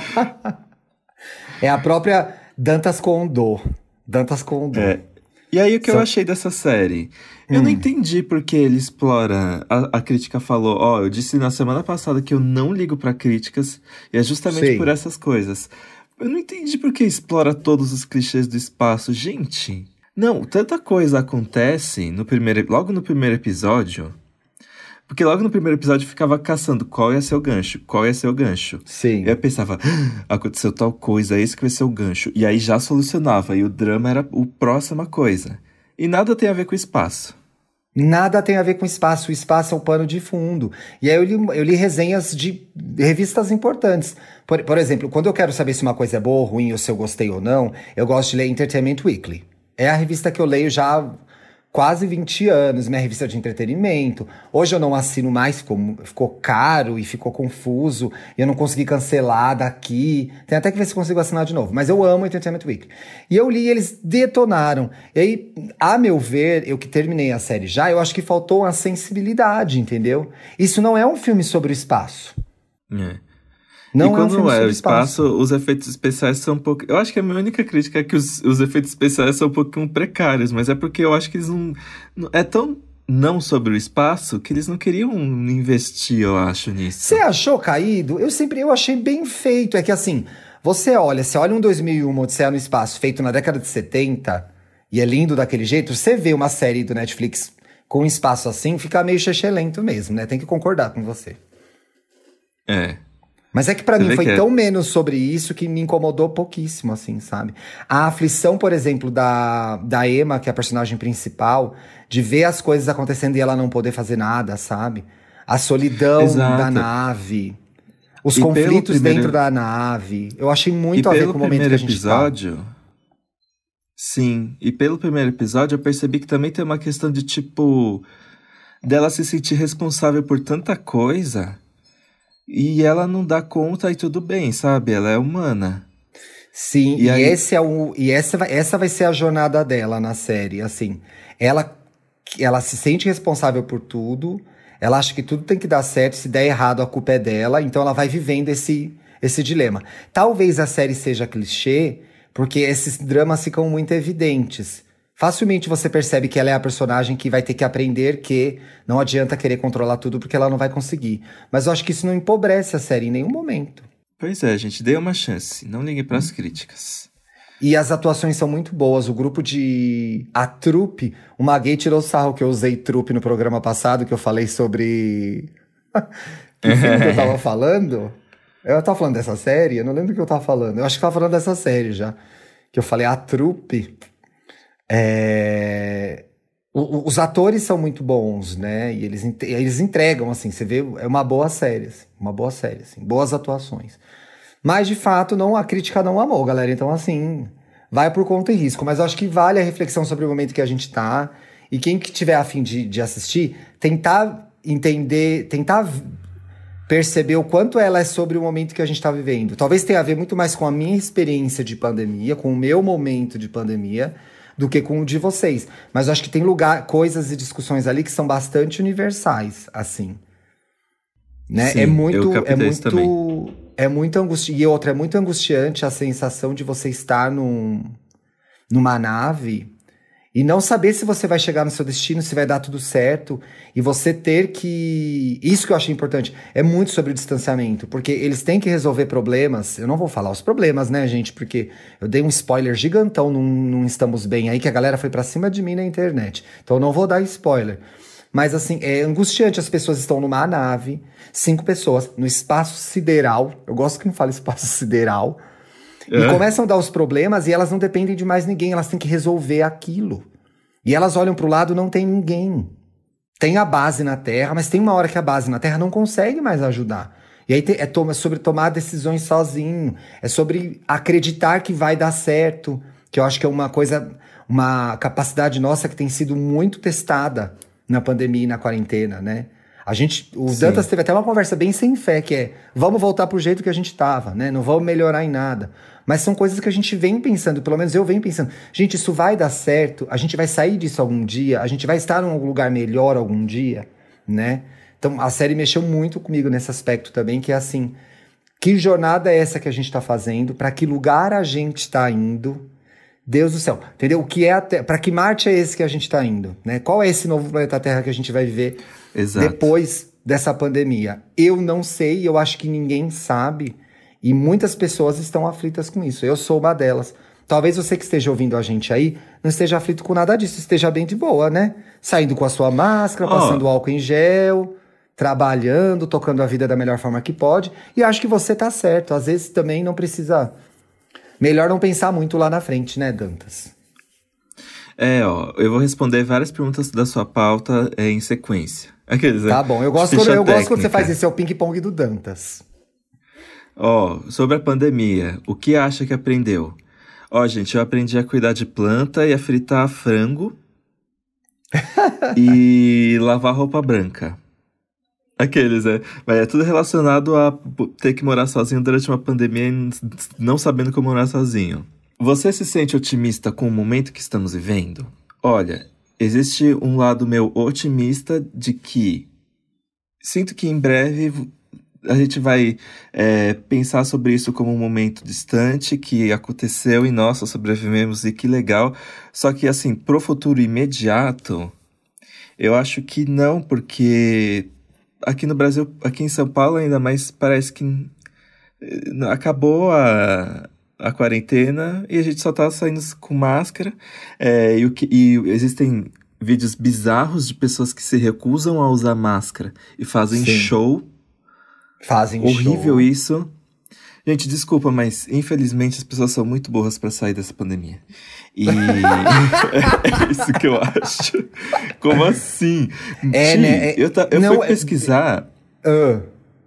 É a própria Dantas Condô. Dantas Condô. É. E aí, o que eu São- achei dessa série? Eu não entendi porque ele explora. A crítica falou: Ó, eu disse na semana passada que eu não ligo pra críticas, e é justamente por Sei. essas coisas. Eu não entendi porque explora todos os clichês do espaço. Gente, não, tanta coisa acontece logo no primeiro episódio. Porque logo no primeiro episódio eu ficava caçando qual ia ser o gancho, qual ia ser o gancho. E aí Sim. eu pensava, aconteceu tal coisa, esse que vai ser o gancho. E aí já solucionava, e o drama era a próxima coisa. E nada tem a ver com o espaço. Nada tem a ver com espaço. O espaço é o pano de fundo. E aí eu li resenhas de revistas importantes. Por exemplo, quando eu quero saber se uma coisa é boa ou ruim, ou se eu gostei ou não, eu gosto de ler Entertainment Weekly. É a revista que eu leio já há quase 20 anos, minha revista de entretenimento. Hoje eu não assino mais, ficou caro e ficou confuso. E eu não consegui cancelar daqui. Tem até que ver se consigo assinar de novo. Mas eu amo Entertainment Weekly. E eu li, eles detonaram. E aí, a meu ver, eu que terminei a série já, eu acho que faltou uma sensibilidade, entendeu? Isso não é um filme sobre o espaço. É. Não E é um quando filme é o sobre espaço, os efeitos especiais são um pouco. Eu acho que a minha única crítica é que os efeitos especiais são um pouquinho precários, mas é porque eu acho que eles não. É tão não sobre o espaço que eles não queriam investir, eu acho, nisso. Você achou caído? Eu achei bem feito. É que assim, você olha um 2001, Uma Odisseia no Espaço, feito na década de 70, e é lindo daquele jeito, você vê uma série do Netflix com um espaço assim, fica meio lento mesmo, né? Tem que concordar com você. É. Mas é que pra Você mim vê foi que é. tão menos sobre isso que me incomodou pouquíssimo, assim, sabe? A aflição, por exemplo, da Emma, que é a personagem principal, de ver as coisas acontecendo e ela não poder fazer nada, sabe? A solidão da Exato. nave. Os E pelo conflitos dentro primeiro, da nave. Eu achei e muito a ver pelo com o momento que primeiro a gente tá. episódio, sim, e pelo primeiro episódio eu percebi que também tem uma questão de tipo dela se sentir responsável por tanta coisa e ela não dá conta e tudo bem, sabe? Ela é humana. Sim, E aí, e essa vai ser a jornada dela na série, assim. Ela ela se sente responsável por tudo. Ela acha que tudo tem que dar certo, se der errado a culpa é dela, então ela vai vivendo esse dilema. Talvez a série seja clichê, porque esses dramas ficam muito evidentes. Facilmente você percebe que ela é a personagem que vai ter que aprender que não adianta querer controlar tudo porque ela não vai conseguir. Mas eu acho que isso não empobrece a série em nenhum momento. pois é, gente, dê uma chance, não ligue pras críticas. E as atuações são muito boas. O grupo de... A trupe... O Maguei tirou sarro que eu usei trupe no programa passado, que eu falei sobre... Que filme que eu tava falando? Eu tava falando dessa série? Eu não lembro o que eu tava falando. Eu acho que eu tava falando dessa série já. Que eu falei, a trupe... É... Os atores são muito bons, né? E eles entregam, assim, você vê, é uma boa série, assim, uma boa série, assim, boas atuações. Mas, de fato, não, a crítica não amou, galera. Então, assim, vai por conta e risco. Mas eu acho que vale a reflexão sobre o momento que a gente tá. E quem que tiver a fim de assistir, tentar entender, tentar perceber o quanto ela é sobre o momento que a gente tá vivendo. Talvez tenha a ver muito mais com a minha experiência de pandemia, com o meu momento de pandemia, do que com o de vocês. Mas eu acho que tem coisas e discussões ali que são bastante universais, assim. Né? Sim, eu captei isso também. É muito angustiante. E outra, é muito angustiante a sensação de você estar numa nave e não saber se você vai chegar no seu destino, se vai dar tudo certo. E você ter que... Isso que eu achei importante. É muito sobre o distanciamento. Porque eles têm que resolver problemas. Eu não vou falar os problemas, né, gente? Porque eu dei um spoiler gigantão num Estamos Bem aí, que a galera foi pra cima de mim na internet. Então eu não vou dar spoiler. Mas, assim, é angustiante. As pessoas estão numa nave, 5 pessoas, no espaço sideral. Eu gosto que não fala espaço sideral. E começam a dar os problemas e elas não dependem de mais ninguém. Elas têm que resolver aquilo. E elas olham pro lado, não tem ninguém. Tem a base na Terra, mas tem uma hora que a base na Terra não consegue mais ajudar. E aí é sobre tomar decisões sozinho. É sobre acreditar que vai dar certo. Que eu acho que é uma coisa, uma capacidade nossa que tem sido muito testada na pandemia e na quarentena, né? O Sim. Dantas teve até uma conversa bem sem fé, que é, vamos voltar pro jeito que a gente tava, né? Não vamos melhorar em nada. Mas são coisas que a gente vem pensando, pelo menos eu venho pensando. Gente, isso vai dar certo, a gente vai sair disso algum dia, a gente vai estar em um lugar melhor algum dia, né? Então, a série mexeu muito comigo nesse aspecto também, que é assim, que jornada é essa que a gente tá fazendo? Para que lugar a gente tá indo? Deus do céu, entendeu? O que é para que Marte é esse que a gente tá indo, né? Qual é esse novo planeta Terra que a gente vai viver Exato. depois dessa pandemia? Eu não sei, eu acho que ninguém sabe, e muitas pessoas estão aflitas com isso. Eu sou uma delas. Talvez você que esteja ouvindo a gente aí não esteja aflito com nada disso, esteja bem de boa, né? Saindo com a sua máscara, passando Ó, álcool em gel, trabalhando, tocando a vida da melhor forma que pode, e acho que você tá certo. Às vezes também não precisa... Melhor não pensar muito lá na frente, né, Dantas? eu vou responder várias perguntas da sua pauta em sequência. Aqueles, né? Tá bom, eu De gosto ficha quando você faz técnica. esse, é o ping-pong do Dantas. Ó, sobre a pandemia, o que acha que aprendeu? Ó, gente, eu aprendi a cuidar de planta e a fritar frango e lavar roupa branca. Aqueles, né? Mas é tudo relacionado a ter que morar sozinho durante uma pandemia e não sabendo como morar sozinho. Você se sente otimista com o momento que estamos vivendo? Olha, existe um lado meu otimista de que sinto que em breve a gente vai pensar sobre isso como um momento distante que aconteceu e nós sobrevivemos e que legal. Só que assim, pro futuro imediato, eu acho que não, porque aqui no Brasil, aqui em São Paulo ainda mais, parece que acabou a quarentena e a gente só tá saindo com máscara. E existem vídeos bizarros de pessoas que se recusam a usar máscara e fazem Sim, show. fazem Horrível show. isso. Gente, desculpa, mas infelizmente as pessoas são muito burras pra sair dessa pandemia. E é isso que eu acho. Como assim? É, né? Eu Não, fui pesquisar. ah,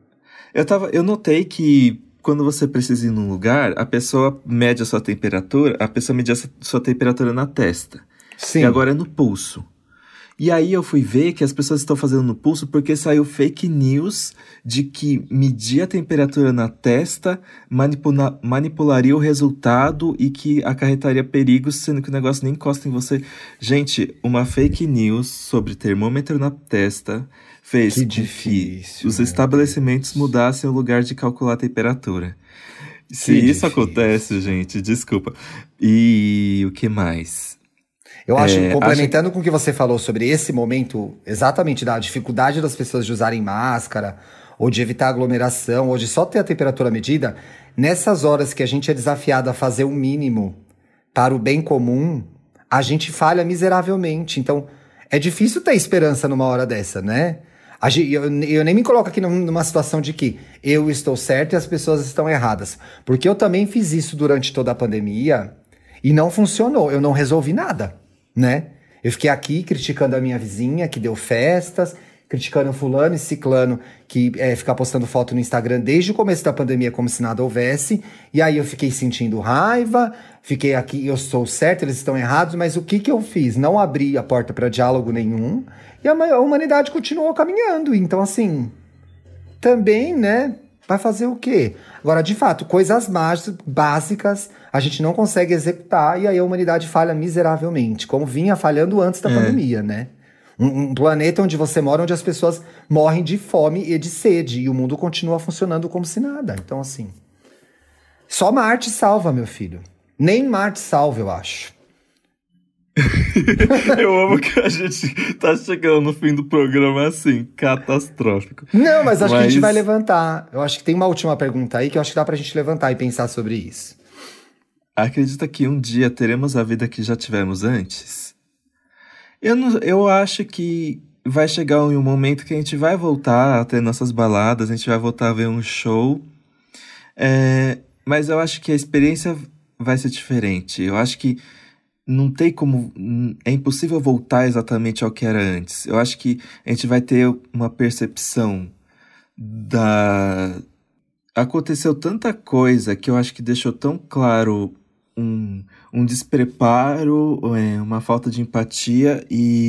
Eu notei que quando você precisa ir num lugar, a pessoa mede a sua temperatura, a pessoa mede a sua temperatura na testa. E Sim, agora é no pulso. E aí eu fui ver que as pessoas estão fazendo no pulso porque saiu fake news de que medir a temperatura na testa manipularia o resultado e que acarretaria perigos, sendo que o negócio nem encosta em você. Gente, uma fake news sobre termômetro na testa fez que com que difícil, os meu estabelecimentos Deus. mudassem o lugar de calcular a temperatura. Se Que isso acontece, difícil. gente, desculpa. E o que mais? Eu acho, Acha que... complementando com o que você falou sobre esse momento, exatamente da dificuldade das pessoas de usarem máscara, ou de evitar aglomeração, ou de só ter a temperatura medida, nessas horas que a gente é desafiado a fazer o mínimo para o bem comum, a gente falha miseravelmente. Então, é difícil ter esperança numa hora dessa, né? Eu nem me coloco aqui numa situação de que eu estou certo e as pessoas estão erradas. Porque eu também fiz isso durante toda a pandemia e não funcionou. Eu não resolvi nada, né? Eu fiquei aqui criticando a minha vizinha que deu festas, criticando fulano e ciclano que fica postando foto no Instagram desde o começo da pandemia como se nada houvesse. E aí eu fiquei sentindo raiva, fiquei aqui, eu sou certo, eles estão errados, mas o que eu fiz? Não abri a porta para diálogo nenhum e a humanidade continuou caminhando. Então, assim, também, né? Vai fazer o quê? Agora, de fato, coisas básicas a gente não consegue executar e aí a humanidade falha miseravelmente, como vinha falhando antes da É. pandemia, né? Um planeta onde você mora, onde as pessoas morrem de fome e de sede, e o mundo continua funcionando como se nada. Então, assim, só Marte salva, meu filho. Nem Marte salva, eu acho. Eu amo que a gente tá chegando no fim do programa assim, catastrófico. Não, mas acho que a gente vai Mas levantar. Eu acho que tem uma última pergunta aí que eu acho que dá pra gente levantar e pensar sobre isso. acredita que um dia teremos a vida que já tivemos antes? Eu, não, eu acho que vai chegar um momento que a gente vai voltar a ter nossas baladas, a gente vai voltar a ver um show. Mas eu acho que a experiência vai ser diferente. Eu acho que não tem como. É impossível voltar exatamente ao que era antes. Eu acho que a gente vai ter uma percepção da. Aconteceu tanta coisa que eu acho que deixou tão claro um despreparo, uma falta de empatia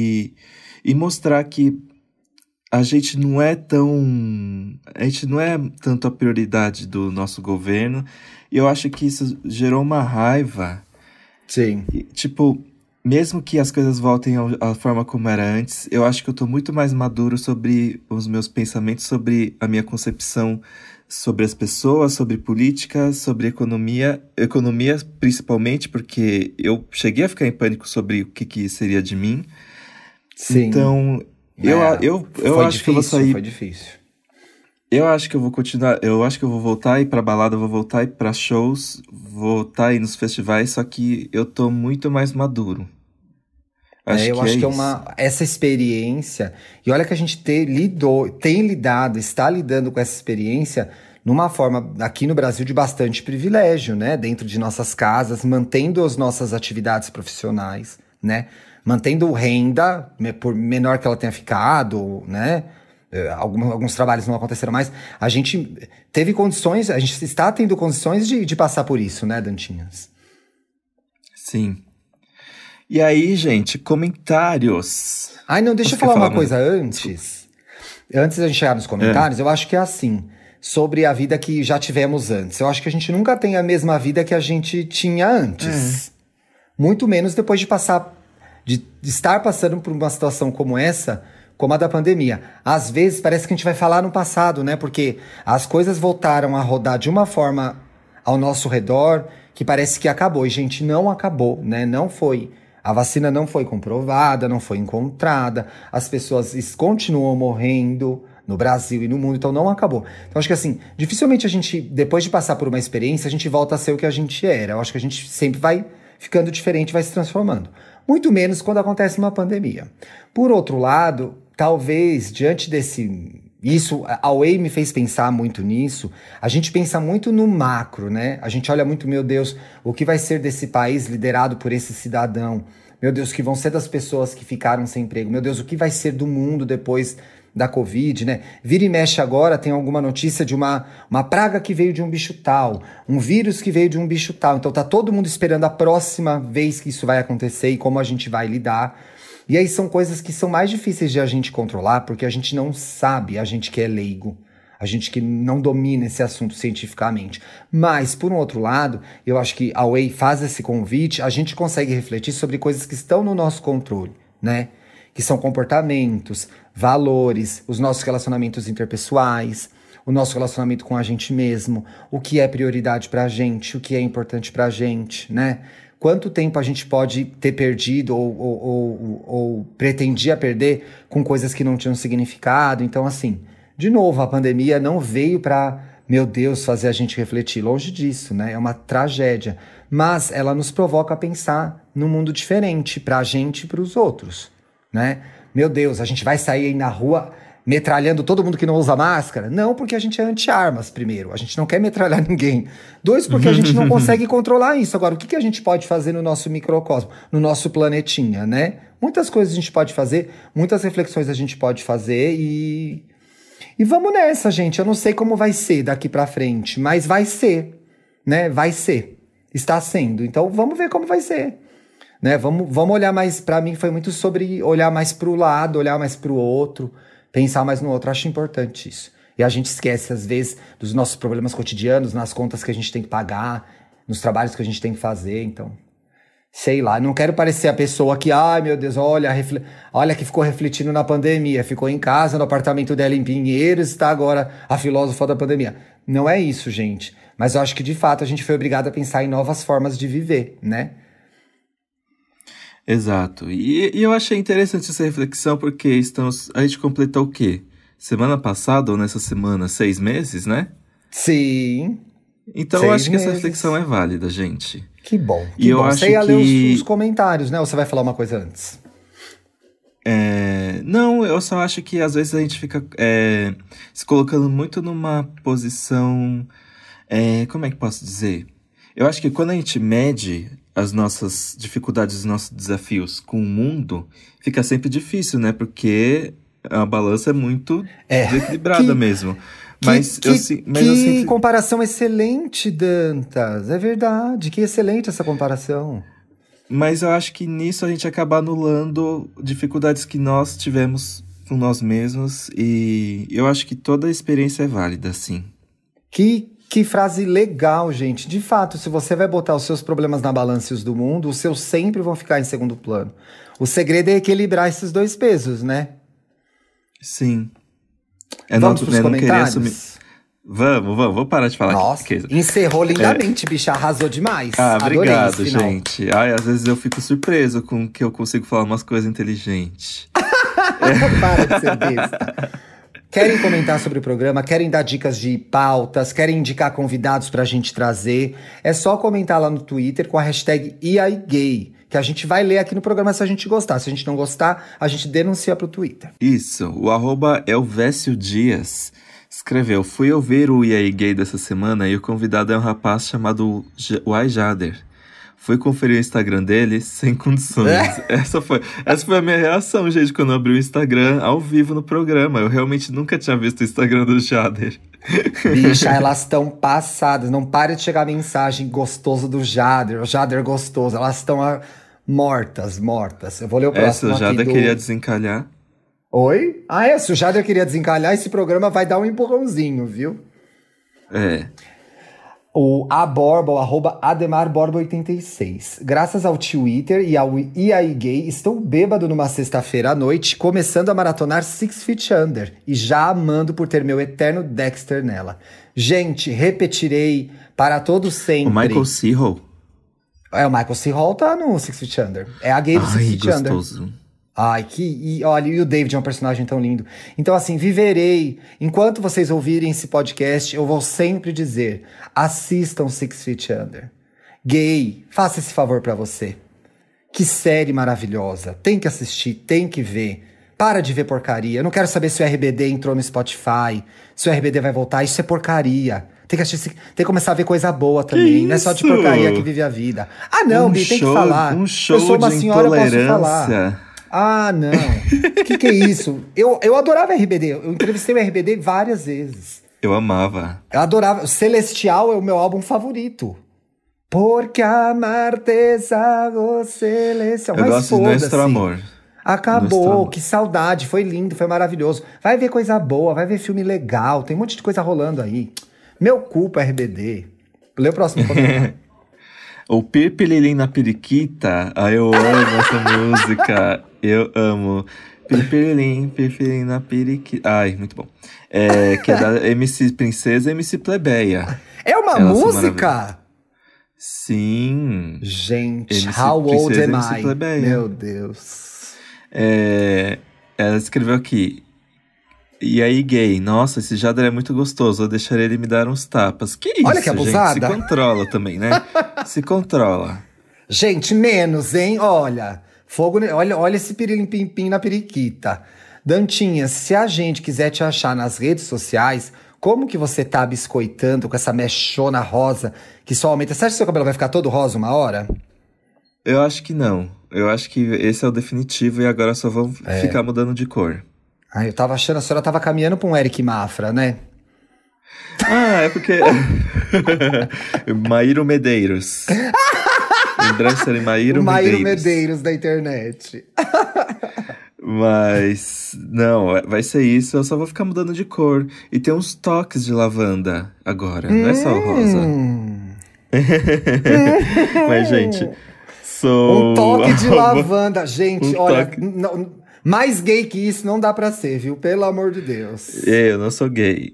e mostrar que a gente não é tão. A gente não é tanto a prioridade do nosso governo. E eu acho que isso gerou uma raiva. Sim. E, tipo, mesmo que as coisas voltem à forma como era antes, eu acho que eu tô muito mais maduro sobre os meus pensamentos, sobre a minha concepção sobre as pessoas, sobre política, sobre economia. Economia, principalmente, porque eu cheguei a ficar em pânico sobre o que seria de mim. Sim. Então, eu Foi acho que eu vou difícil, sair. foi difícil. Eu acho que eu vou continuar. Eu acho que eu vou voltar a ir pra balada, vou voltar a ir pra shows, vou voltar a ir nos festivais, só que eu tô muito mais maduro. Acho Eu que é acho que é isso. essa experiência, e olha que a gente tem lidado, está lidando com essa experiência numa forma, aqui no Brasil, de bastante privilégio, né? Dentro de nossas casas, mantendo as nossas atividades profissionais, né? Mantendo renda, por menor que ela tenha ficado, né? Alguns trabalhos não aconteceram mais. A gente teve condições, a gente está tendo condições de passar por isso, né, Dantinhas? Sim. E aí, gente, comentários. Ai, não, deixa Você eu quer falar falar uma mais? coisa Desculpa. antes. Antes da gente chegar nos É. comentários, eu acho que é assim, sobre a vida que já tivemos antes. Eu acho que a gente nunca tem a mesma vida que a gente tinha É. antes. Muito menos depois de estar passando por uma situação como essa, como a da pandemia. Às vezes parece que a gente vai falar no passado, né? Porque as coisas voltaram a rodar de uma forma ao nosso redor que parece que acabou. E, gente, não acabou, né? Não foi. A vacina não foi comprovada, não foi encontrada. As pessoas continuam morrendo no Brasil e no mundo, então não acabou. Então acho que assim, dificilmente a gente, depois de passar por uma experiência, a gente volta a ser o que a gente era. Eu acho que a gente sempre vai ficando diferente, vai se transformando. Muito menos quando acontece uma pandemia. Por outro lado, talvez diante desse... Isso, a Way me fez pensar muito nisso. A gente pensa muito no macro, né? A gente olha muito, meu Deus, o que vai ser desse país liderado por esse cidadão? Meu Deus, o que vão ser das pessoas que ficaram sem emprego? Meu Deus, o que vai ser do mundo depois da Covid, né? Vira e mexe agora, tem alguma notícia de uma praga que veio de um bicho tal, um vírus que veio de um bicho tal. Então tá todo mundo esperando a próxima vez que isso vai acontecer e como a gente vai lidar. E aí são coisas que são mais difíceis de a gente controlar, porque a gente não sabe, a gente que é leigo, a gente que não domina esse assunto cientificamente. Mas, por um outro lado, eu acho que a Way faz esse convite, a gente consegue refletir sobre coisas que estão no nosso controle, né? Que são comportamentos, valores, os nossos relacionamentos interpessoais, o nosso relacionamento com a gente mesmo, o que é prioridade pra gente, o que é importante pra gente, né? Quanto tempo a gente pode ter perdido ou pretendia perder com coisas que não tinham significado. Então, assim, de novo, a pandemia não veio para, meu Deus, fazer a gente refletir. Longe disso, né? É uma tragédia. Mas ela nos provoca a pensar num mundo diferente pra gente e pros outros, né? Meu Deus, a gente vai sair aí na rua metralhando todo mundo que não usa máscara? Não, porque a gente é anti-armas, primeiro. A gente não quer metralhar ninguém. 2, porque a gente não consegue controlar isso. Agora, o que a gente pode fazer no nosso microcosmo, no nosso planetinha, né? Muitas coisas a gente pode fazer, muitas reflexões a gente pode fazer e vamos nessa, gente. Eu não sei como vai ser daqui pra frente, mas vai ser, né? Vai ser. Está sendo. Então, vamos ver como vai ser. Né? Vamos olhar mais, pra mim foi muito sobre olhar mais pro lado, olhar mais pro outro, pensar mais no outro. Acho importante isso. E a gente esquece, às vezes, dos nossos problemas cotidianos, nas contas que a gente tem que pagar, nos trabalhos que a gente tem que fazer. Então, sei lá, não quero parecer a pessoa que, ai meu Deus, olha que ficou refletindo na pandemia, ficou em casa, no apartamento dela em Pinheiros, está agora a filósofa da pandemia. Não é isso, gente. Mas eu acho que, de fato, a gente foi obrigado a pensar em novas formas de viver, né? Exato. E eu achei interessante essa reflexão porque a gente completou o quê? Semana passada ou nessa semana, 6 meses, né? Sim. Então eu acho que essa reflexão é válida, gente. Que bom. E eu acho você ia que... ler os comentários, né? Ou você vai falar uma coisa antes? Não, eu só acho que às vezes a gente fica se colocando muito numa posição... como é que posso dizer? Eu acho que quando a gente mede as nossas dificuldades, os nossos desafios com o mundo, fica sempre difícil, né? Porque a balança é muito desequilibrada mesmo. Mas eu sinto... comparação excelente, Dantas. É verdade, que excelente essa comparação. Mas eu acho que nisso a gente acaba anulando dificuldades que nós tivemos com nós mesmos. E eu acho que toda a experiência é válida, sim. Que frase legal, gente. De fato, se você vai botar os seus problemas na balança e os do mundo, os seus sempre vão ficar em segundo plano. O segredo é equilibrar esses dois pesos, né? Sim. Vamos pros comentários? Vamos, vou parar de falar. Nossa, aqui. Encerrou lindamente, bicha, arrasou demais. Obrigado, gente. Ai, às vezes eu fico surpreso com que eu consigo falar umas coisas inteligentes. Para de ser besta. Querem comentar sobre o programa, querem dar dicas de pautas, querem indicar convidados pra gente trazer, é só comentar lá no Twitter com a hashtag #IAIGay, que a gente vai ler aqui no programa se a gente gostar. Se a gente não gostar, a gente denuncia pro Twitter. Isso, o @Elvésio Dias escreveu: fui ouvir o E aí Gay dessa semana e o convidado é um rapaz chamado Uai Jader. Fui conferir o Instagram dele sem condições. Essa foi a minha reação, gente, quando eu abri o Instagram ao vivo no programa. Eu realmente nunca tinha visto o Instagram do Jader. Bicha, elas estão passadas. Não pare de chegar mensagem gostoso do Jader. O Jader gostoso. Elas estão mortas. Eu vou ler o próximo aqui. Se o Jader queria desencalhar. Oi? Se o Jader queria desencalhar, esse programa vai dar um empurrãozinho, viu? O @AdemarBorba86. Graças ao Twitter e ao E aí Gay, estou bêbado numa sexta-feira à noite, começando a maratonar Six Feet Under e já amando por ter meu eterno Dexter nela. Gente, repetirei para todo sempre. O Michael C. Hall. O Michael C. Hall tá no Six Feet Under. É a gay do Six Feet Under. Gostoso. Olha, e o David é um personagem tão lindo. Então, assim, viverei. Enquanto vocês ouvirem esse podcast, eu vou sempre dizer: assistam Six Feet Under. Gay, faça esse favor pra você. Que série maravilhosa. Tem que assistir, tem que ver. Para de ver porcaria. Eu não quero saber se o RBD entrou no Spotify, se o RBD vai voltar. Isso é porcaria. Tem que assistir, tem que começar a ver coisa boa também. Não é só de porcaria que vive a vida. Não, Bi, tem que falar. Um show eu sou uma de senhora, eu posso intolerância. falar. Ah, não. Que é isso? Eu adorava RBD. Eu entrevistei o RBD várias vezes. Eu amava. Eu adorava. Celestial é o meu álbum favorito. Porque amarte es algo celestial. Eu Mas gosto de Nuestro Amor. Acabou, que saudade, foi lindo, foi maravilhoso. Vai ver coisa boa, vai ver filme legal, tem um monte de coisa rolando aí. Meu culpa, RBD. Lê o próximo comentário. O Pirpililim na Periquita. Ai, eu amo essa música. Eu amo. Pirpililim na Periquita. Ai, muito bom. Que é da MC Princesa e MC Plebeia. É uma música? Sim. Gente, MC how old Princesa e am MC I? Plebeia. Meu Deus. Ela escreveu aqui. E aí, gay? Nossa, esse Jader é muito gostoso. Eu deixaria ele me dar uns tapas. Que isso, olha que abusada. gente? Se controla também, né? Se controla. Gente, menos, hein? Olha, fogo, olha esse pirilim-pim-pim na periquita. Dantinha, se a gente quiser te achar nas redes sociais, como que você tá biscoitando com essa mechona rosa que só aumenta? Você acha que seu cabelo vai ficar todo rosa uma hora? Eu acho que não. Eu acho que esse é o definitivo e agora só vão ficar mudando de cor. Ah, eu tava achando, a senhora tava caminhando pra um Eric Mafra, né? Ah, é porque... Maíro Medeiros. Em breve serei Maíro Medeiros. Maíro Medeiros da internet. Mas, não, vai ser isso, eu só vou ficar mudando de cor. E tem uns toques de lavanda agora, não é só o rosa. Mas, gente, um toque de lavanda. Gente, olha, mais gay que isso não dá pra ser, viu? Pelo amor de Deus. Eu não sou gay.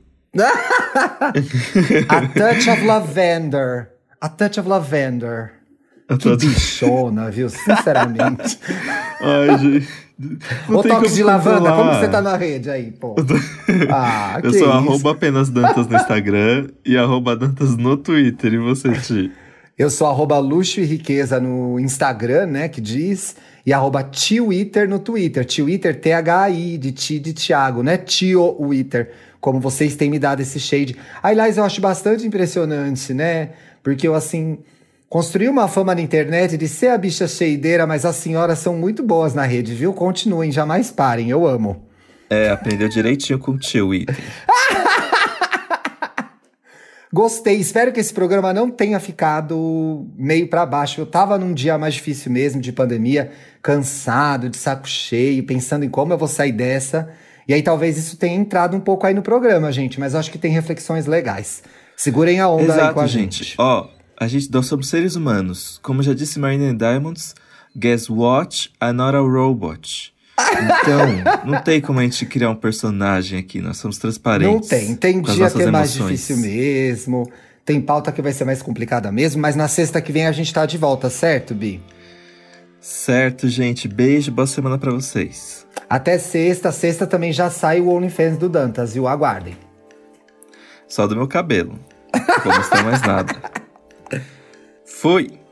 A touch of lavender. A touch of lavender. Que bichona, viu? Sinceramente. Ai, gente. O toque de lavanda, como que você tá na rede aí, pô? Ah, eu sou @apenas Dantas no Instagram e @Dantas no Twitter. E você, Ti? Eu sou @luxo e riqueza no Instagram, né, que diz, e @Twitter no Twitter. Twitter, THI, de Ti, de Thiago, né? Twitter, como vocês têm me dado esse shade. Aliás, eu acho bastante impressionante, né? Porque eu, assim, construí uma fama na internet de ser a bicha shadeira, mas as senhoras são muito boas na rede, viu? Continuem, jamais parem, eu amo. Aprendeu direitinho com o Twitter. Gostei, espero que esse programa não tenha ficado meio pra baixo. Eu tava num dia mais difícil mesmo, de pandemia, cansado, de saco cheio, pensando em como eu vou sair dessa. E aí talvez isso tenha entrado um pouco aí no programa, gente, mas eu acho que tem reflexões legais. Segurem a onda aí com a gente. Ó, nós somos seres humanos. Como já disse Marina Diamonds, guess what? I'm not a robot. Então, não tem como a gente criar um personagem aqui, nós somos transparentes. Não tem, tem dia que é mais difícil mesmo, tem pauta que vai ser mais complicada mesmo, mas na sexta que vem a gente tá de volta, certo, Bi? Certo, gente, beijo, boa semana pra vocês. Até sexta também já sai o OnlyFans do Dantas, viu? Aguardem. Só do meu cabelo, não vou mostrar mais nada. Fui!